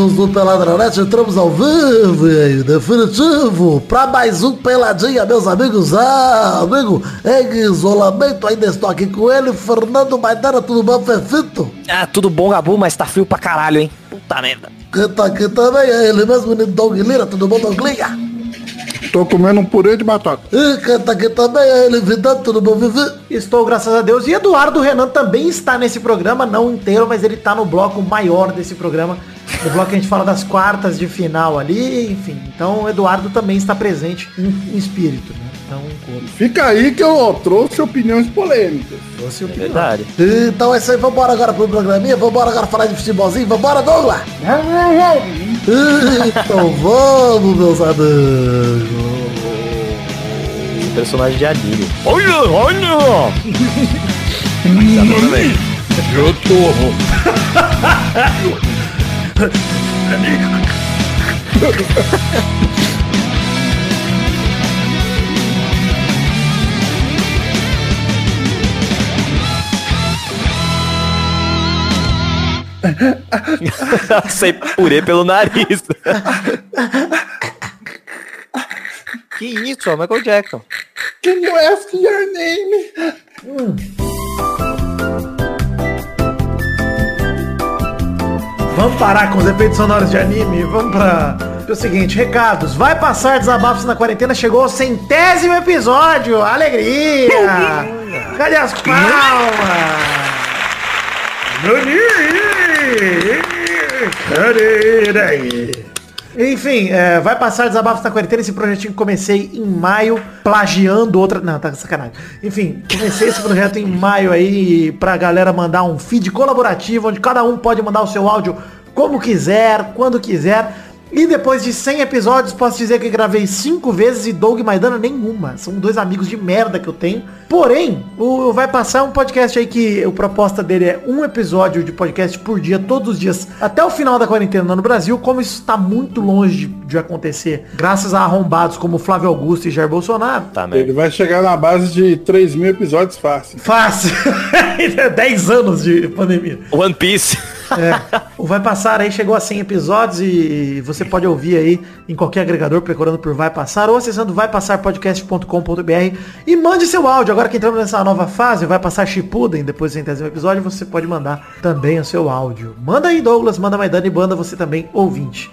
amigos do Peladronete, entramos ao vivo e definitivo pra mais um Peladinha, meus amigos. Amigo, em isolamento, ainda estou aqui com ele, Fernando Maidana, tudo bom, Fefito? Tudo bom, Gabu, mas tá frio pra caralho, hein? Puta merda. Quem tá aqui também é ele mesmo, menino Doug Lira, tudo bom, Doug Lira? Tô comendo um purê de batata. E quem tá aqui também é ele, Vidante, tudo bom, Vivi? Estou, graças a Deus. E Eduardo Renan também está nesse programa, não inteiro, mas ele tá no bloco maior desse programa. No bloco que a gente fala das quartas de final ali, enfim. Então o Eduardo também está presente em espírito, né? Então, fica aí que eu trouxe opiniões polêmicas. É verdade. Então é isso aí, vambora agora pro programinha, vambora agora falar de futebolzinho, vambora, Douglas! Então vamos, meus amigos. Personagem de anime. Olha! Eu tô. Sai purê pelo nariz. Que isso, ó, Michael Jackson. Can you ask your name? vamos parar com os efeitos sonoros de anime. Vamos pra... o seguinte, recados. Vai passar Desabafos na Quarentena. Chegou ao 100º episódio. Alegria! Cadê as palmas? Enfim, vai passar Desabafos na Quarentena, esse projetinho que comecei em maio, plagiando outra... Não, tá sacanagem. Enfim, comecei esse projeto em maio aí pra galera mandar um feed colaborativo, onde cada um pode mandar o seu áudio como quiser, quando quiser. E depois de 100 episódios, posso dizer que gravei 5 vezes e Doug e Maidana nenhuma. São dois amigos de merda que eu tenho. Porém, vai passar um podcast aí que a proposta dele é um episódio de podcast por dia, todos os dias, até o final da quarentena no Brasil. Como isso está muito longe de acontecer, graças a arrombados como Flávio Augusto e Jair Bolsonaro. Tá, ele vai chegar na base de 3.000 episódios fácil. Fácil. 10 anos de pandemia. One Piece. O Vai Passar aí chegou a 100 episódios e você pode ouvir aí em qualquer agregador procurando por Vai Passar ou acessando vaipassarpodcast.com.br e mande seu áudio. Agora que entramos nessa nova fase, Vai Passar Shippuden, depois do 100º episódio, você pode mandar também o seu áudio. Manda aí, Douglas, manda Maidana e manda você também, ouvinte.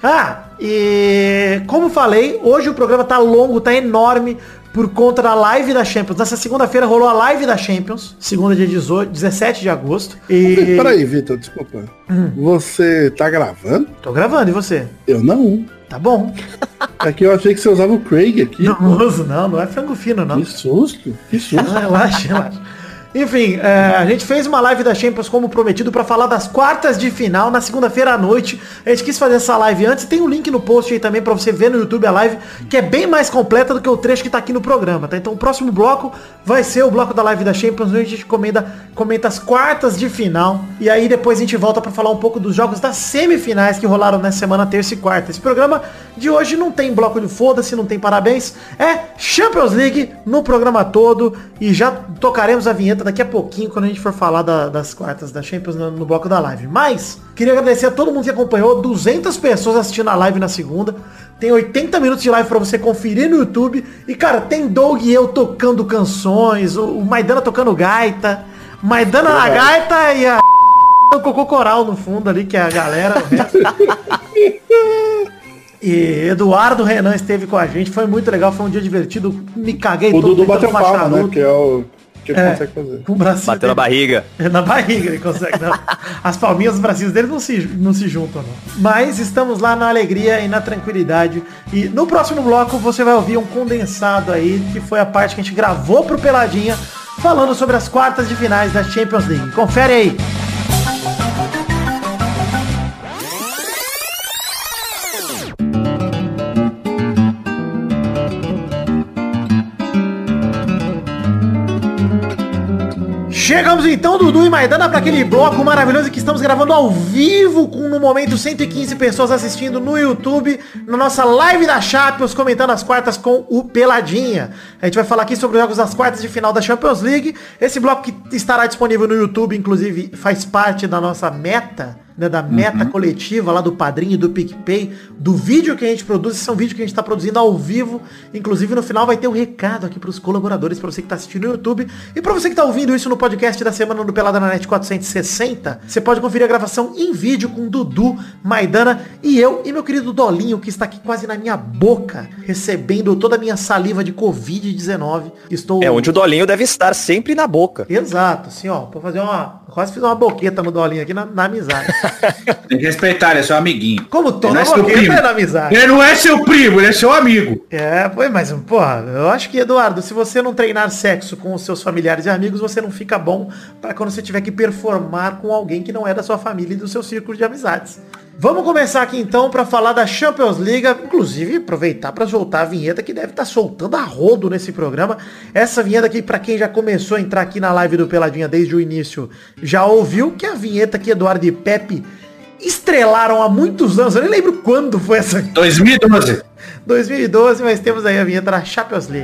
E como falei, hoje o programa tá longo, tá enorme, por conta da live da Champions. Nessa segunda-feira rolou a live da Champions. Segunda, dia 17 de agosto. E... Peraí, Vitor, desculpa. Você tá gravando? Tô gravando, e você? Eu não. Tá bom. Aqui eu achei que você usava o Craig aqui. Não uso, não é frango fino, não. Que susto. Relaxa. Enfim, a gente fez uma live da Champions como prometido pra falar das quartas de final na segunda-feira à noite. A gente quis fazer essa live antes. Tem um link no post aí também pra você ver no YouTube a live, que é bem mais completa do que o trecho que tá aqui no programa, tá? Então o próximo bloco vai ser o bloco da live da Champions, onde a gente comenta as quartas de final. E aí depois a gente volta pra falar um pouco dos jogos das semifinais que rolaram nessa semana, terça e quarta. Esse programa de hoje não tem bloco de foda-se, não tem parabéns. É Champions League no programa todo. E já tocaremos a vinheta daqui a pouquinho, quando a gente for falar das quartas da Champions no bloco da live. Mas, queria agradecer a todo mundo que acompanhou. 200 pessoas assistindo a live na segunda. Tem 80 minutos de live pra você conferir no YouTube. E, cara, tem Doug e eu tocando canções. O Maidana tocando gaita. Maidana na gaita e a... o cocô coral no fundo ali, que é a galera. E Eduardo Renan esteve com a gente. Foi muito legal, foi um dia divertido. Me caguei todo. O Dudu bateu palma, né? Que é o... que ele consegue fazer. Com o bracinho bateu na barriga. Na barriga ele consegue. As palminhas, os bracinhos dele não se juntam, não. Mas estamos lá na alegria e na tranquilidade. E no próximo bloco você vai ouvir um condensado aí, que foi a parte que a gente gravou pro Peladinha, falando sobre as quartas de finais da Champions League. Confere aí. Chegamos então, Dudu e Maidana, para aquele bloco maravilhoso que estamos gravando ao vivo, com no momento 115 pessoas assistindo no YouTube, na nossa live da Champions, comentando as quartas com o Peladinha. A gente vai falar aqui sobre os jogos das quartas de final da Champions League. Esse bloco que estará disponível no YouTube, inclusive faz parte da nossa meta né, da meta coletiva lá do Padrinho e do PicPay, do vídeo que a gente produz. Esse é um vídeo que a gente tá produzindo ao vivo. Inclusive no final vai ter um recado aqui pros colaboradores, pra você que tá assistindo no YouTube. E pra você que tá ouvindo isso no podcast da semana do Pelada na Net 460, você pode conferir a gravação em vídeo com Dudu, Maidana e eu e meu querido Dolinho, que está aqui quase na minha boca, recebendo toda a minha saliva de Covid-19. Estou... É onde o Dolinho deve estar sempre na boca. Exato, assim, ó, pra fazer uma... Quase fiz uma boqueta no Dolinho aqui na amizade. Tem que respeitar, ele é seu amiguinho. Como toda boqueta é na amizade. Ele não é seu primo, ele é seu amigo. Foi, mas, porra, eu acho que, Eduardo, se você não treinar sexo com os seus familiares e amigos, você não fica bom pra quando você tiver que performar com alguém que não é da sua família e do seu círculo de amizades. Vamos começar aqui então pra falar da Champions League, inclusive aproveitar pra soltar a vinheta que deve estar soltando a rodo nesse programa. Essa vinheta aqui, pra quem já começou a entrar aqui na live do Peladinha desde o início, já ouviu que a vinheta que Eduardo e Pepe estrelaram há muitos anos. Eu nem lembro quando foi essa. 2012. 2012, mas temos aí a vinheta da Champions League.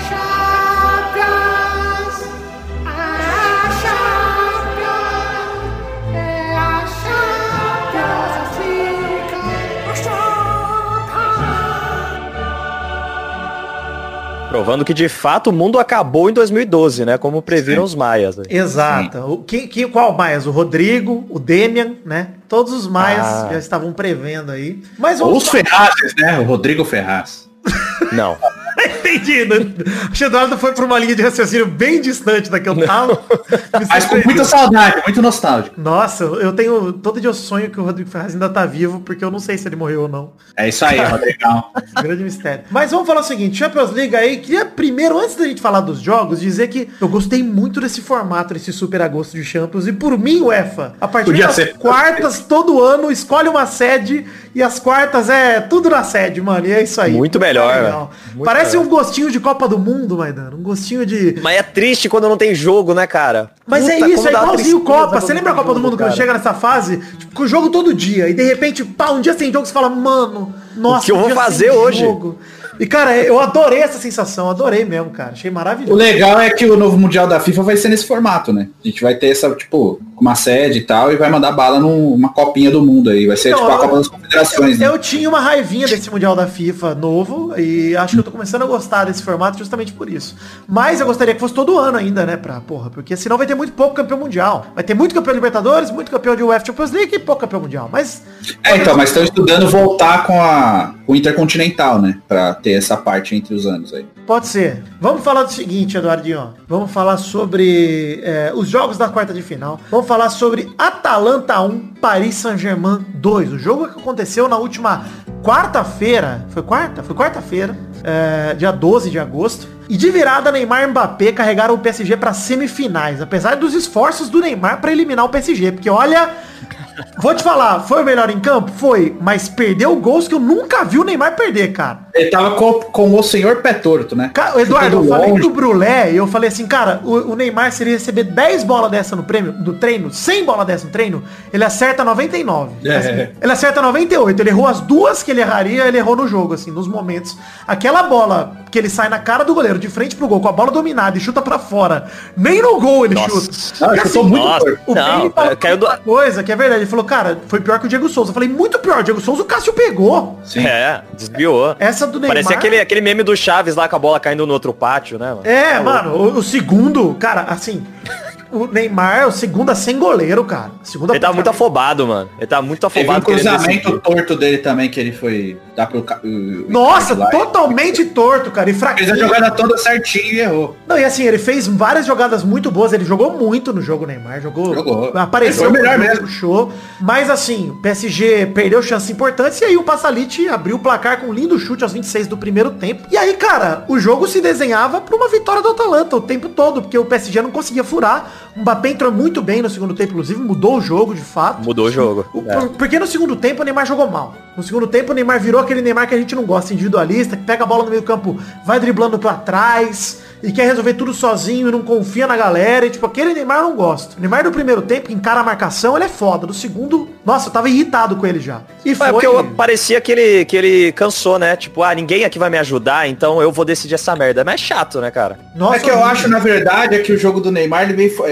Provando que de fato o mundo acabou em 2012, né? Como previram os maias. Exato. Qual Maias? O Rodrigo, o Demian, né? Todos os maias já estavam prevendo aí. Mas Ou os Ferrazes, né? O Rodrigo Ferraz. Não. Entendi. Acho que o Eduardo foi por uma linha de raciocínio bem distante da que eu tava. Mas com muita saudade, muito nostálgico. Nossa, eu tenho todo dia o sonho que o Rodrigo Ferraz ainda tá vivo, porque eu não sei se ele morreu ou não. É isso aí, Rodrigão. Grande mistério. Mas vamos falar o seguinte, Champions League aí, queria primeiro, antes da gente falar dos jogos, dizer que eu gostei muito desse formato, desse super agosto de Champions, e por mim, UEFA, a partir das quartas, todo ano, escolhe uma sede, e as quartas é tudo na sede, mano, e é isso aí. Muito melhor, muito Parece melhor. Um gostinho de Copa do Mundo, Maidana, um gostinho de... Mas é triste quando não tem jogo, né, cara? Mas Puta, é isso, é igualzinho Copa. Você lembra a Copa do Mundo cara? quando chega nessa fase? Tipo, com o jogo todo dia. E de repente, pá, um dia sem jogo, você fala, mano, nossa, o que eu vou fazer hoje? Jogo. E, cara, eu adorei essa sensação, adorei mesmo, cara. Achei maravilhoso. O legal é que o novo Mundial da FIFA vai ser nesse formato, né? A gente vai ter essa, tipo, uma sede e tal, e vai mandar bala numa copinha do mundo aí. Vai ser, tipo, a Copa das Confederações, né? Eu tinha uma raivinha desse Mundial da FIFA novo, e acho que eu tô começando a gostar desse formato justamente por isso. Mas eu gostaria que fosse todo ano ainda, né, porque senão vai ter muito pouco campeão mundial. Vai ter muito campeão Libertadores, muito campeão de UEFA Champions League e pouco campeão mundial. Mas... mas estão estudando voltar com o Intercontinental, né? Pra ter essa parte entre os anos aí. Pode ser. Vamos falar do seguinte, Eduardinho. Vamos falar sobre os jogos da quarta de final. Vamos falar sobre Atalanta 1, Paris Saint-Germain 2. O jogo que aconteceu na última quarta-feira. Foi quarta? Foi quarta-feira. Dia 12 de agosto. E de virada, Neymar e Mbappé carregaram o PSG para semifinais. Apesar dos esforços do Neymar para eliminar o PSG. Porque olha... Vou te falar, foi o melhor em campo? Foi, mas perdeu gols que eu nunca vi o Neymar perder, cara. Ele tava com o senhor pé torto, né? Cara, Eduardo, eu falei pro Brulé, e eu falei assim, cara, o Neymar, se ele receber 10 bolas dessa no treino, 100 bolas dessa no treino, ele acerta 99. Assim, ele acerta 98, ele errou as duas que ele erraria, ele errou no jogo, assim, nos momentos. Aquela bola que ele sai na cara do goleiro, de frente pro gol, com a bola dominada e chuta pra fora, nem no gol ele chuta. Não, ele chutou muito torto. O Vini falou uma coisa que é verdade, ele falou, cara, foi pior que o Diego Souza. Eu falei, muito pior, o Diego Souza o Cássio pegou. Sim. Desviou. Essa do Neymar... Parecia aquele meme do Chaves lá com a bola caindo no outro pátio, né, mano? Mano, o segundo, cara, assim... O Neymar é o segundo sem goleiro, cara. Ele tá muito afobado, mano. Ele tá muito afobado. Teve um cruzamento torto dele também, que ele foi dar pro... Nossa, totalmente torto, cara. E fraquinho. Fez a jogada toda certinho e errou. Não, e assim, ele fez várias jogadas muito boas. Ele jogou muito no jogo, Neymar. Jogou. Apareceu ele foi melhor mesmo. Show. Mas assim, o PSG perdeu chances importantes. E aí o Passalit abriu o placar com um lindo chute aos 26 do primeiro tempo. E aí, cara, o jogo se desenhava pra uma vitória do Atalanta o tempo todo. Porque o PSG não conseguia furar. O Mbappé entrou muito bem no segundo tempo, inclusive, mudou o jogo, de fato. Mudou o jogo. Porque no segundo tempo o Neymar jogou mal. No segundo tempo o Neymar virou aquele Neymar que a gente não gosta, individualista, que pega a bola no meio do campo, vai driblando pra trás e quer resolver tudo sozinho e não confia na galera. E tipo, aquele Neymar eu não gosto. O Neymar do primeiro tempo, que encara a marcação, ele é foda. Do segundo, nossa, eu tava irritado com ele já. E foi... porque parecia que ele cansou, né? Tipo, ninguém aqui vai me ajudar, então eu vou decidir essa merda. Mas é chato, né, cara? Nossa, é que eu acho, na verdade, é que o jogo do Neymar, ele veio...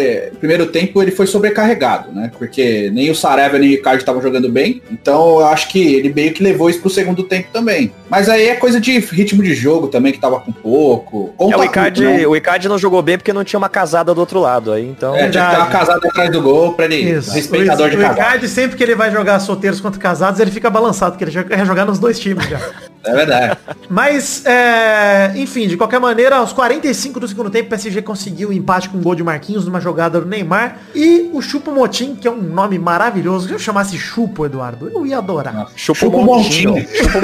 PSG, primeiro tempo, ele foi sobrecarregado, né? Porque nem o Saraiva nem o Icardi estavam jogando bem. Então eu acho que ele meio que levou isso pro segundo tempo também. Mas aí é coisa de ritmo de jogo também, que tava com pouco. O Icardi não jogou bem porque não tinha uma casada do outro lado. Aí, então... tinha que ter uma casada atrás do gol pra ele, respeitador de casado. O Icardi, sempre que ele vai jogar solteiros contra casados, ele fica balançado, porque ele quer jogar nos dois times já. É verdade. Mas, enfim, de qualquer maneira, aos 45 do segundo tempo, o PSG conseguiu o empate com um gol de Marquinhos numa jogada do Neymar. E o Choupo-Moting, que é um nome maravilhoso. Se eu chamasse Chupo, Eduardo, eu ia adorar. Choupo-Moting.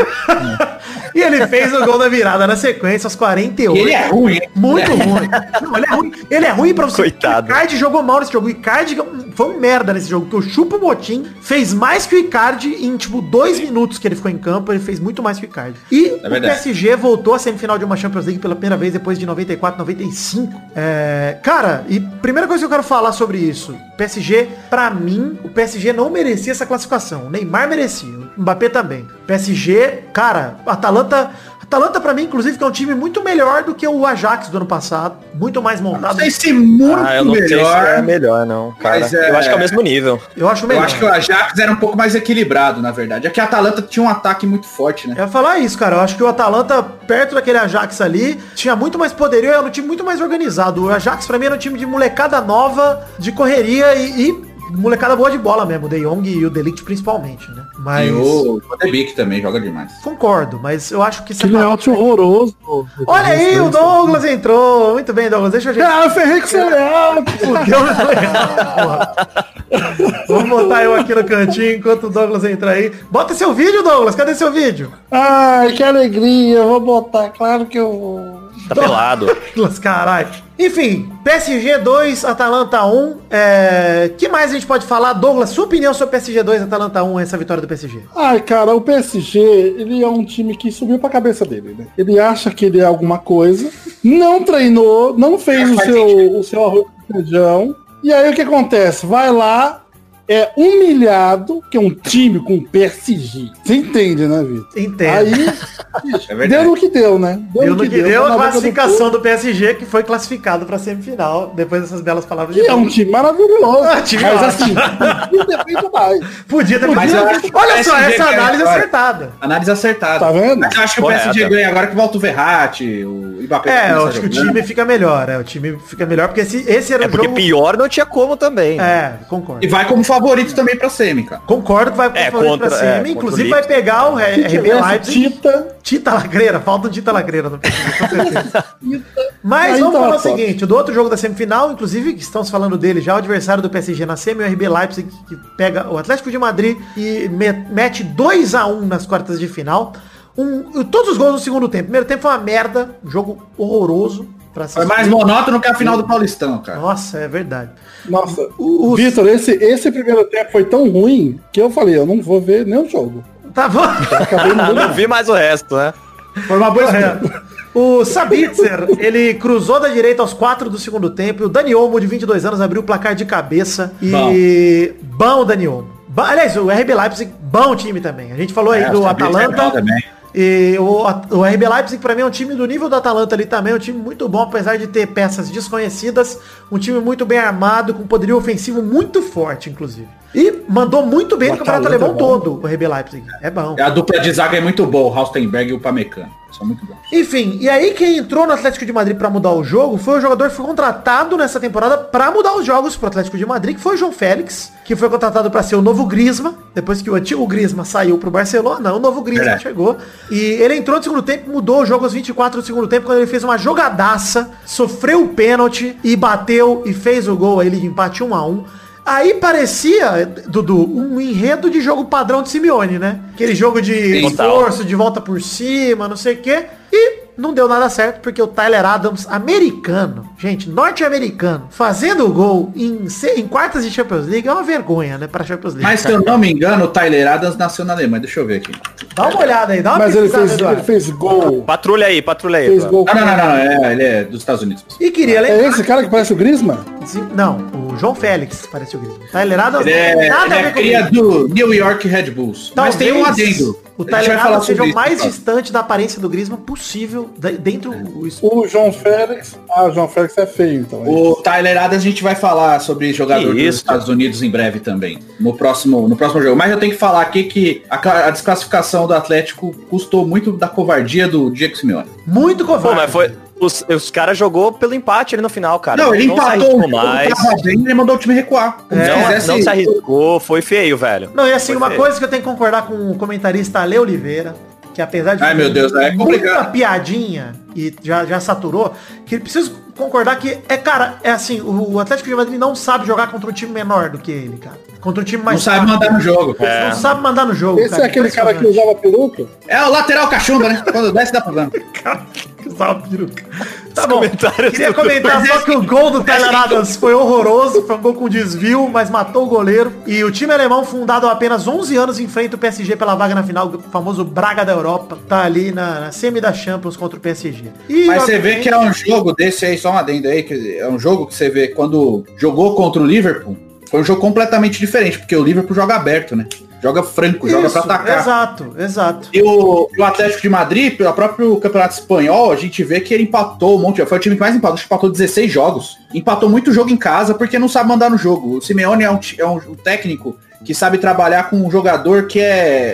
E ele fez o gol da virada na sequência, aos 48. E ele é ruim, hein? Muito ruim. Não, ele é ruim. Ele é ruim pra você. Coitado. O Icardi jogou mal nesse jogo. O Icardi foi um merda nesse jogo, porque o Choupo-Moting fez mais que o Icardi em, 2 minutos que ele ficou em campo. Ele fez muito mais que o Icardi. E o PSG voltou à semifinal de uma Champions League pela primeira vez depois de 94, 95. Cara, e primeira coisa que eu quero falar sobre isso. PSG, pra mim, o PSG não merecia essa classificação. O Neymar merecia. O Mbappé também. PSG, cara, Atalanta pra mim, inclusive, que é um time muito melhor do que o Ajax do ano passado. Muito mais montado. Não sei se muito eu não melhor. sei se é melhor, não, cara. Eu acho que é o mesmo nível. Eu acho melhor. Eu acho que o Ajax era um pouco mais equilibrado, na verdade. É que a Atalanta tinha um ataque muito forte, né? Eu ia falar isso, cara. Eu acho que o Atalanta, perto daquele Ajax ali, tinha muito mais poderio, era um time muito mais organizado. O Ajax, pra mim, era um time de molecada nova, de correria e molecada boa de bola mesmo, o De Jong e o De Ligt principalmente, né? Mas... E o De Beek também joga demais. Concordo, mas eu acho que... Que layout horroroso. Olha aí, o Douglas entrou. Muito bem, Douglas, deixa a gente... Eu ferrei com seu layout. Fudeu meu layout, porra. Vamos botar eu aqui no cantinho enquanto o Douglas entra aí. Bota seu vídeo, Douglas, cadê seu vídeo? Ai, que alegria, eu vou botar, claro que eu vou. Tá pelado. Douglas, caralho. Enfim, PSG 2, Atalanta 1. Que mais a gente pode falar? Douglas, sua opinião sobre PSG 2, Atalanta 1, essa vitória do PSG? Ai, cara, o PSG, ele é um time que subiu pra cabeça dele, né? Ele acha que ele é alguma coisa, não treinou, não fez o seu arroz com feijão. E aí o que acontece? Vai lá, é humilhado, que é um time com PSG. Você entende, né, Vitor? Entendo. Aí, deu no que deu, né? Deu no que deu a classificação do PSG, que foi classificado pra semifinal, depois dessas belas palavras de E é um time maravilhoso. Mas assim, podia ter feito mais. Podia ter feito. Olha só, essa análise acertada. Análise acertada. Tá vendo? Mas eu acho que o PSG ganha agora que volta o Verratti, o Mbappé. Eu acho que o time fica melhor. O time fica melhor, porque esse era o jogo... porque pior não tinha como também. Concordo. E vai como favorito também pra semi, cara. Concordo que vai favorito pra semi. Inclusive vai pegar o RB Leipzig. Tita Lagreira. Falta um Tita Lagreira no PSG, com certeza. Mas vamos falar o seguinte. Do outro jogo da semifinal, inclusive, que estamos falando dele já, o adversário do PSG na semi, o RB Leipzig, que pega o Atlético de Madrid e mete 2-1 nas quartas de final. Todos os gols no segundo tempo. Primeiro tempo foi uma merda. Um jogo horroroso. Foi mais monótono que a final do Paulistão, cara. Nossa, é verdade. Nossa, Vitor, esse primeiro tempo foi tão ruim que eu falei, eu não vou ver nem o jogo. Tá bom. Não vi mais o resto, né? Foi uma boa escolha. O Sabitzer, ele cruzou da direita aos 4 do segundo tempo. E o Dani Olmo, de 22 anos, abriu o placar de cabeça. E bom Dani Olmo. Aliás, o RB Leipzig, bom time também. A gente falou aí do Atalanta. E o RB Leipzig, pra mim, é um time do nível do Atalanta ali também. Um time muito bom, apesar de ter peças desconhecidas. Um time muito bem armado, com poderio ofensivo muito forte, inclusive. E mandou muito bem no Campeonato Alemão todo, o RB Leipzig. É bom. A dupla de zaga é muito boa, o Raustenberg e o Pamecano. São muito bons. Enfim, e aí quem entrou no Atlético de Madrid pra mudar o jogo foi o jogador que foi contratado nessa temporada pra mudar os jogos pro Atlético de Madrid, que foi o João Félix, que foi contratado pra ser o novo Griezmann, depois que o antigo Griezmann saiu pro Barcelona, o novo Griezmann chegou. E ele entrou no segundo tempo, mudou o jogo aos 24 do segundo tempo, quando ele fez uma jogadaça, sofreu o pênalti e bateu e fez o gol aí de empate 1-1. Aí parecia, Dudu, um enredo de jogo padrão de Simeone, né? Aquele jogo de esforço, de volta por cima, não sei o quê. E não deu nada certo, porque o Tyler Adams, americano, gente, norte-americano, fazendo o gol em quartas de Champions League é uma vergonha, né, pra Champions League. Mas se eu não me engano, o Tyler Adams nasceu na Alemanha. Deixa eu ver aqui. Dá uma olhada aí, dá uma Mas ele fez gol. Patrulha aí. Fez gol. Não, ele é dos Estados Unidos. E queria lembrar... É esse cara que parece o Griezmann? Não, o João Félix parece o Griezmann. Tyler Adams ele é cria do New York Red Bulls. Mas tem um adendo. o Tyler Adams seja o mais distante da aparência do Griezmann possível dentro do... O João Félix... o João Félix é feio, então. O Tyler Adams a gente vai falar sobre jogador dos Estados Unidos em breve também, no próximo jogo. Mas eu tenho que falar aqui que a desclassificação do Atlético custou muito da covardia do Diego Simeone. Muito covarde. Pô, mas foi... Os caras jogou pelo empate ali no final, cara. Não, ele empatou mais. Ele mandou o time recuar. Não se arriscou, foi feio, velho. Não, e assim, uma coisa que eu tenho que concordar com o comentarista Ale Oliveira, que apesar de meu Deus, é complicado. Muita piadinha e já saturou, que ele precisa concordar que assim, o Atlético de Madrid não sabe jogar contra um time menor do que ele, cara. Contra um time mais... Não sabe mandar no jogo. Não sabe mandar no jogo, Esse é aquele cara que usava peruca? É o lateral cachumba, né? Quando desce dá problema. Cara, que usava peruca. Tá bom, queria comentar só que o gol do Tyler Adams foi horroroso, foi um gol com desvio, mas matou o goleiro. E o time alemão, fundado há apenas 11 anos, enfrenta o PSG pela vaga na final, o famoso Braga da Europa. Tá ali na semi da Champions contra o PSG. Mas você vê que é um jogo desse aí, só um adendo aí, que é um jogo que você vê quando jogou contra o Liverpool, foi um jogo completamente diferente, porque o Liverpool joga aberto, né? Joga franco, joga pra atacar. Exato. E o Atlético de Madrid, pelo próprio Campeonato Espanhol, a gente vê que ele empatou um monte. Foi o time que mais empatou, acho que empatou 16 jogos. Empatou muito jogo em casa porque não sabe mandar no jogo. O Simeone é um técnico que sabe trabalhar com um jogador que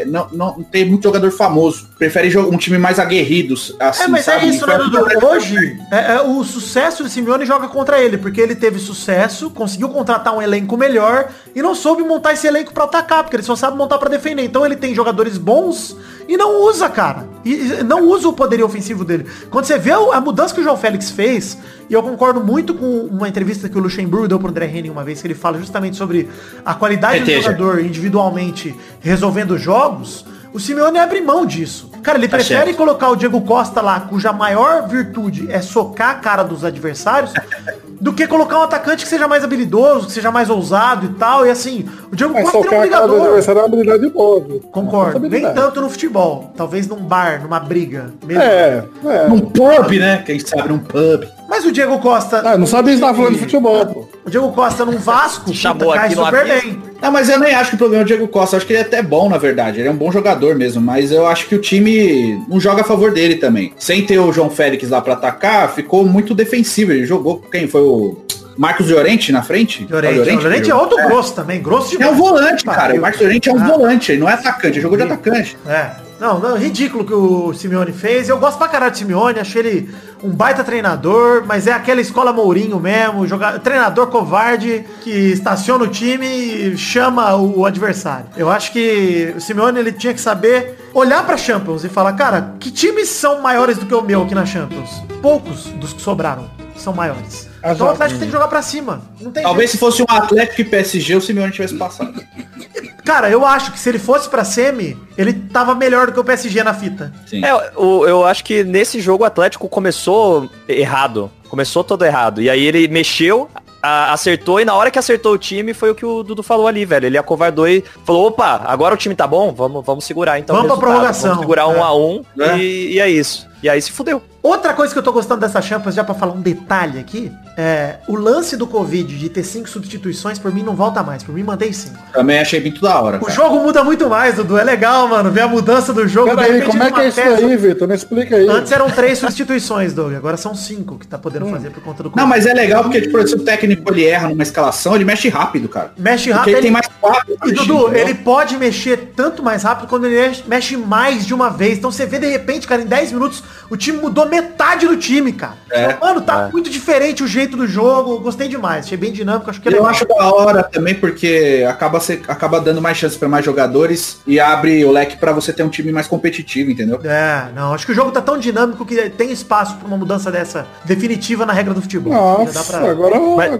não tem muito jogador famoso. Prefere um time mais aguerrido, assim, mas sabe? é isso, né, Dudu? Hoje, o sucesso do Simeone joga contra ele, porque ele teve sucesso, conseguiu contratar um elenco melhor e não soube montar esse elenco pra atacar, porque ele só sabe montar pra defender. Então ele tem jogadores bons e não usa, cara. E não usa o poderio ofensivo dele. Quando você vê a mudança que o João Félix fez, e eu concordo muito com uma entrevista que o Luxemburgo deu pro André Henning uma vez, que ele fala justamente sobre a qualidade do jogador individualmente resolvendo jogos, o Simeone abre mão disso. Cara, ele prefere colocar o Diego Costa lá, cuja maior virtude é socar a cara dos adversários, do que colocar um atacante que seja mais habilidoso, que seja mais ousado e tal. E assim, o Diego Costa é um brigador. É uma habilidade boa, viu? Concordo. Nem tanto no futebol. Talvez num bar, numa briga. Mesmo. Num pub, né? Quem sabe num pub. Mas o Diego Costa... não sabia que tava falando de futebol, pô. O Diego Costa num Vasco, chamou cai aqui super bem. Não, mas eu nem acho que o problema é o Diego Costa. Eu acho que ele é até bom, na verdade. Ele é um bom jogador mesmo. Mas eu acho que o time não joga a favor dele também. Sem ter o João Félix lá pra atacar, ficou muito defensivo. Ele jogou... Quem foi o... Marcos Llorente na frente? Llorente é outro grosso também. Grosso demais. É um volante, cara. O Marcos Llorente é um volante. Ele não é atacante. Ele jogou de atacante. Não, ridículo que o Simeone fez. Eu gosto pra caralho do Simeone, achei ele um baita treinador, mas é aquela escola Mourinho mesmo, treinador covarde que estaciona o time e chama o adversário. Eu acho que o Simeone ele tinha que saber olhar pra Champions e falar, cara, que times são maiores do que o meu aqui na Champions? Poucos dos que sobraram são maiores. Então o Atlético tem que jogar pra cima. Não tem Talvez se fosse um Atlético e PSG, o Simeone tivesse passado. Cara, eu acho que se ele fosse pra semi, ele tava melhor do que o PSG na fita. Sim. Eu acho que nesse jogo o Atlético começou errado. Começou todo errado. E aí ele mexeu, acertou, e na hora que acertou o time foi o que o Dudu falou ali, velho. Ele acovardou e falou, opa, agora o time tá bom, vamos segurar então. Vamos pra prorrogação. Vamos segurar 1-1 e é isso. E aí se fudeu. Outra coisa que eu tô gostando dessa Champions, já pra falar um detalhe aqui, o lance do Covid de ter 5 substituições, por mim não volta mais, por mim mantém 5. Também achei muito da hora, cara. O jogo muda muito mais, Dudu, é legal, mano, ver a mudança do jogo. Peraí, como é que é isso aí, Vitor? Me explica aí. Antes eram 3 substituições, Doug, agora são 5 que tá podendo fazer por conta do Covid. Não, mas é legal porque, tipo, se o técnico ele erra numa escalação, ele mexe rápido, cara. Mexe rápido. Porque ele tem mais 4. E Dudu, ele pode mexer tanto mais rápido quando ele mexe mais de uma vez. Então você vê de repente, cara, em 10 minutos, o time mudou metade do time, cara. Mano, tá muito diferente o jeito do jogo. Gostei demais. Achei bem dinâmico. Acho que é legal. Eu acho da hora também porque acaba dando mais chances pra mais jogadores e abre o leque pra você ter um time mais competitivo, entendeu? Não. Acho que o jogo tá tão dinâmico que tem espaço pra uma mudança dessa definitiva na regra do futebol. Nossa, agora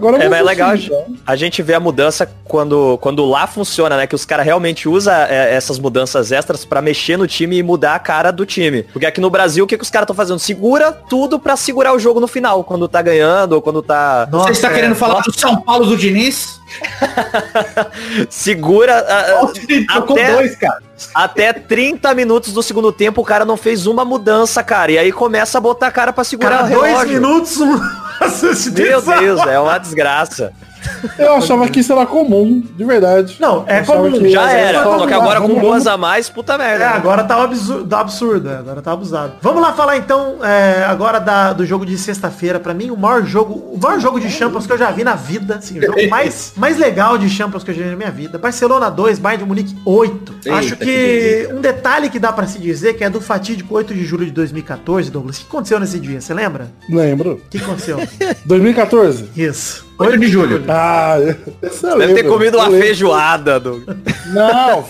é legal a gente vê a mudança quando lá funciona, né? Que os caras realmente usam essas mudanças extras pra mexer no time e mudar a cara do time. Porque aqui no Brasil, o que os caras estão fazendo? Segura tudo pra segurar o jogo no final, quando tá ganhando ou quando tá... Você está querendo falar do São Paulo do Diniz? Segura até 2, cara. Até 30 minutos do segundo tempo o cara não fez uma mudança, cara. E aí começa a botar a cara pra segurar o relógio. 2 minutos... Meu Deus, é uma desgraça. Eu achava que isso era comum, de verdade. Não, é Eu achava comum, que Já era, só que agora com vamos- duas a mais, puta merda. né? Agora tá um absurdo, agora tá abusado. Vamos lá falar então agora do jogo de sexta-feira. Pra mim, o maior jogo de Champions que eu já vi na vida, assim, o jogo mais legal de Champions que eu já vi na minha vida. Barcelona 2, Bayern de Munique 8. Eita, Acho que que um detalhe que dá pra se dizer que é do fatídico 8 de julho de 2014, Douglas. O que aconteceu nesse dia? Você lembra? Lembro. O que aconteceu? 2014? Isso. 8 de julho. Ah, esse eu Deve ter lembro. comido uma Eu lembro. feijoada, do... Não,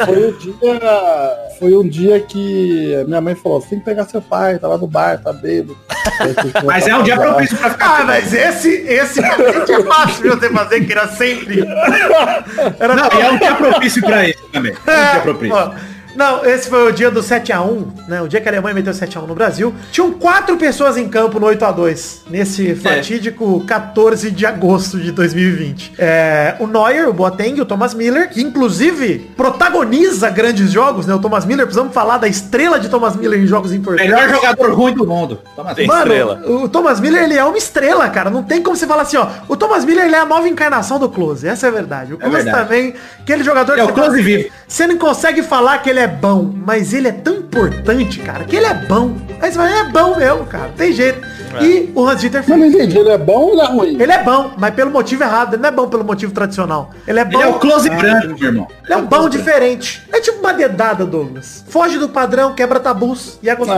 foi um dia que a minha mãe falou, você tem que pegar seu pai, tá lá no bar, tá bêbado. Mas é um dia propício pra ficar. Ah, mas esse realmente é fácil de você fazer, que era sempre. Não, e é um dia propício pra isso também. É um dia propício. Ó, não, esse foi o dia do 7x1, né? O dia que a Alemanha meteu 7x1 no Brasil. Tinham 4 pessoas em campo no 8x2, nesse fatídico 14 de agosto de 2020. O Neuer, o Boateng, o Thomas Müller, que inclusive protagoniza grandes jogos, né? O Thomas Müller, precisamos falar da estrela de Thomas Müller em jogos importantes. Melhor jogador ruim do mundo. Toma assim. Mano, estrela. O Thomas Müller, ele é uma estrela, cara. Não tem como você falar assim, ó. O Thomas Müller, ele é a nova encarnação do Close. Essa é a verdade. O Close verdade. também, aquele jogador É o você Close fala- vivo. Você não consegue falar que ele é bom, mas ele é tão importante, cara, que ele é bom. Aí você fala, é bom mesmo, cara. Tem jeito. E o Hans-Dieter Mas não entendi, ele é bom ou ele é ruim? ele é bom, mas pelo motivo errado. Ele não é bom pelo motivo tradicional. Ele é bom. Ele é o close branco, meu irmão. Ele é um bom diferente. É tipo uma dedada, Douglas. Foge do padrão, quebra tabus e é gostoso.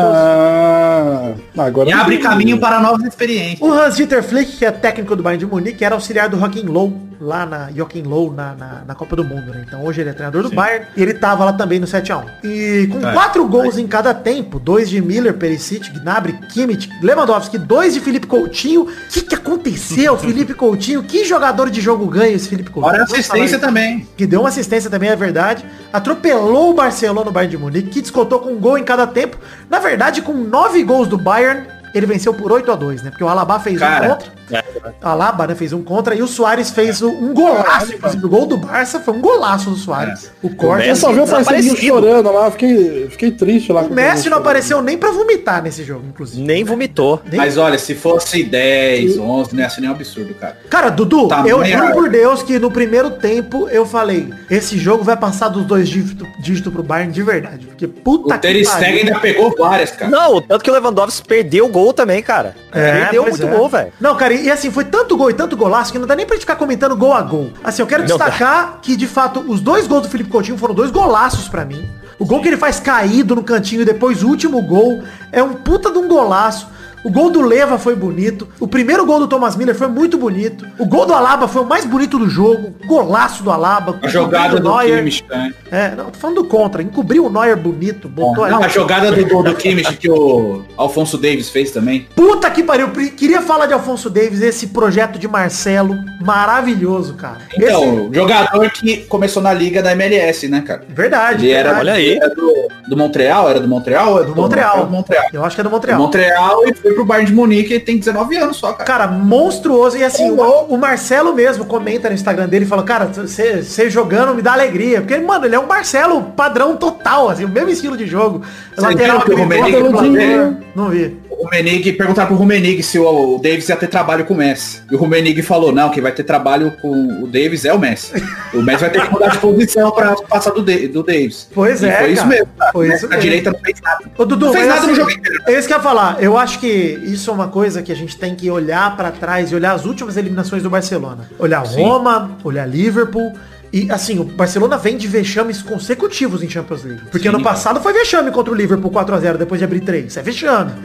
Agora E eu abre entendi. caminho para novas experiências. O Hans-Dieter Flick, que é técnico do Bayern de Munique, era auxiliar do Joachim Löw, lá na Joachim Löw, na Copa do Mundo, né? Então hoje ele é treinador do Bayern e ele tava lá também no 7x1. E com 4 gols em cada tempo, 2 de Miller, Perisic, Gnabry, Kimmich, Lewandowski, 2 de Felipe Coutinho. O que aconteceu, Felipe Coutinho? Que jogador de jogo ganha esse Felipe Coutinho? Fora Vamos assistência falar isso. também. Que deu uma assistência também, é verdade. Atropelou o Barcelona no Bayern de Munique, que descontou com um gol em cada tempo. Na verdade, com 9 gols do Bayern, ele venceu por 8x2, né? Porque o Alaba fez Cara, um contra. O Alaba, né, fez um contra. E o Suárez fez um golaço. Inclusive, o gol do Barça foi um golaço do Suárez. O corte. Eu só vi o parceirinho Desaparecido. chorando lá, fiquei triste lá. O Messi não apareceu nem pra vomitar nesse jogo, inclusive. Nem vomitou. Mas olha, se fosse 10, 11, não ia ser nem um absurdo, cara. Cara, Dudu, Tá eu meia- juro por Deus que no primeiro tempo eu falei, esse jogo vai passar dos 2 dígitos pro Bayern de verdade. Porque puta O Ter Stegen pariu. ainda pegou várias, cara. Não, tanto que o Lewandowski perdeu o gol também, cara. Perdeu pois muito gol, velho. Não, cara, e assim, foi tanto gol e tanto golaço que não dá nem pra gente ficar comentando gol a gol. Assim, eu quero Não destacar que, de fato, os 2 gols do Felipe Coutinho foram 2 golaços pra mim. O gol que ele faz caído no cantinho e depois o último gol é um puta de um golaço. O gol do Leva foi bonito. O primeiro gol do Thomas Müller foi muito bonito. O gol do Alaba foi o mais bonito do jogo. Golaço do Alaba. A jogada do Neuer. Kimmich, né? Não, tô falando do contra. Encobriu o Neuer bonito. Botou Não, ali. a jogada do gol do Kimmich que o Alfonso Davies fez também. Puta que pariu. Queria falar de Alfonso Davies, esse projeto de Marcelo. Maravilhoso, cara. Então, jogador que começou na liga da MLS, né, cara? Verdade. Ele era, verdade. Olha aí. era do Montreal? Era do Montreal? Era Do Montreal. Do Montreal. Eu acho que é do Do Montreal. Montreal e foi pro Bayern de Munique e tem 19 anos só, cara. Cara, monstruoso. E assim, o Marcelo mesmo comenta no Instagram dele e fala, cara, você jogando me dá alegria. Porque, mano, ele é um Marcelo padrão total, assim, o mesmo estilo de jogo. Você viu que o aquele Rummenigge bloco, falou aquele- Não vi. O Rummenigge, perguntaram pro Rummenigge se o Davies ia ter trabalho com o Messi. E o Rummenigge falou, não, quem vai ter trabalho com o Davies é o Messi. O Messi vai ter que mudar de posição pra passar do Davies. Pois E é, foi isso cara. mesmo. Cara. Foi O isso Messi na mesmo. direita não fez nada. Ô, Dudu, Não fez mas nada no assim, jogo inteiro. é isso que eu ia falar. Eu acho que isso é uma coisa que a gente tem que olhar pra trás e olhar as últimas eliminações do Barcelona. Olhar Roma, olhar Liverpool. E assim, o Barcelona vem de vexames consecutivos em Champions League. Porque ano passado foi vexame contra o Liverpool 4x0 depois de abrir 3. É vexame.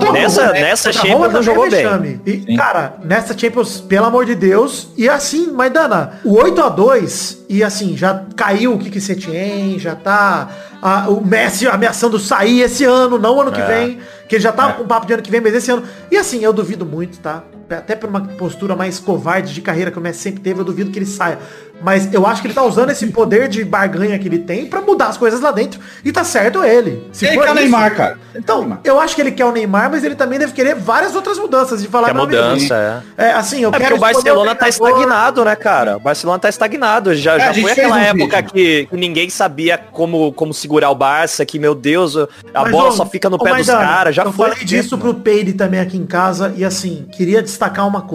Nessa Contra a Roma Champions não também jogou é bem. vexame. E, cara, nessa Champions, pelo amor de Deus. E assim, Maidana, o 8x2, e assim, já caiu o Kiki Setien, já tá o Messi ameaçando sair esse ano, não ano que vem. Que ele já tava com papo de ano que vem, mas esse ano. E assim, eu duvido muito, tá? Até por uma postura mais covarde de carreira que o Messi sempre teve, eu duvido que ele saia. Mas eu acho que ele tá usando esse poder de barganha que ele tem pra mudar as coisas lá dentro. E tá certo ele. Se Ele for quer o isso- Neymar, cara. Então, eu acho que ele quer o Neymar, mas ele também deve querer várias outras mudanças. De falar, Que é meu amigo, mudança, assim, eu É porque quero o Barcelona escolher tá treinador. estagnado, né, cara? O Barcelona tá estagnado. Já a gente foi fez aquela um época vídeo. que ninguém sabia como segurar o Barça, que, meu Deus, a Mas, bola ô, só fica no ô, pé dos Maidana, caras. Já eu foi. falei disso pro Peide também aqui em casa. E assim, queria destacar uma coisa.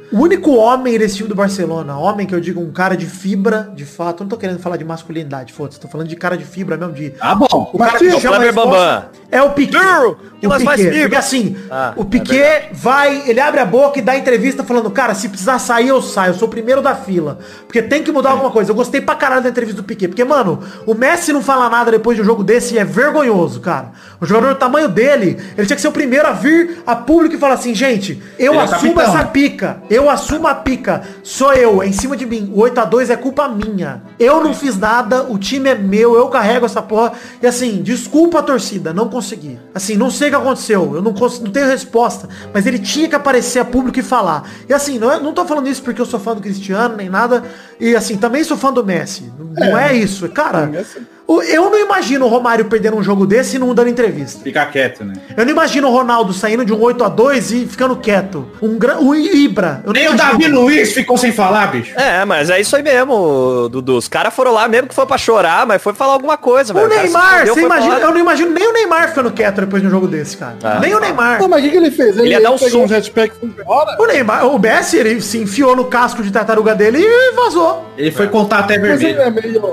O único homem desse time do Barcelona, homem que eu digo um cara de fibra, de fato, não tô querendo falar de masculinidade, foda-se, tô falando de cara de fibra mesmo, de... Ah, bom. O cara que chama a resposta é o Piquet. O Piquet, porque assim, o Piquet vai, ele abre a boca e dá entrevista falando, cara, se precisar sair, eu saio, eu sou o primeiro da fila, porque tem que mudar alguma coisa. Eu gostei pra caralho da entrevista do Piquet, porque, mano, o Messi não fala nada depois de um jogo desse e é vergonhoso, cara. O jogador do tamanho dele, ele tinha que ser o primeiro a vir a público e falar assim, gente, eu assumo essa pica, eu assumo a pica, sou eu, é em cima de mim, o 8-2 é culpa minha, eu não fiz nada, o time é meu, eu carrego essa porra, e assim, desculpa a torcida, não consegui, assim, não sei o que aconteceu, eu não tenho resposta, mas ele tinha que aparecer a público e falar, e assim, não tô falando isso porque eu sou fã do Cristiano, nem nada, e assim, também sou fã do Messi, não é isso, cara... Eu não imagino o Romário perdendo um jogo desse e não dando entrevista. Ficar quieto, né? Eu não imagino o Ronaldo saindo de um 8-2 e ficando quieto. O Ibra. Nem o Davi Luiz ficou sem falar, bicho. Mas é isso aí mesmo, Dudu. Os caras foram lá mesmo que foi pra chorar, mas foi falar alguma coisa, velho. O Neymar, você imagina? Eu não imagino nem o Neymar ficando quieto depois de um jogo desse, cara. Nem o Neymar. Não, mas o que ele fez? Ele ia dar um pegou um jetpack e foi embora? O Neymar, o Messi, ele se enfiou no casco de tartaruga dele e vazou. Ele foi contar até vermelho. Mas ele é meio...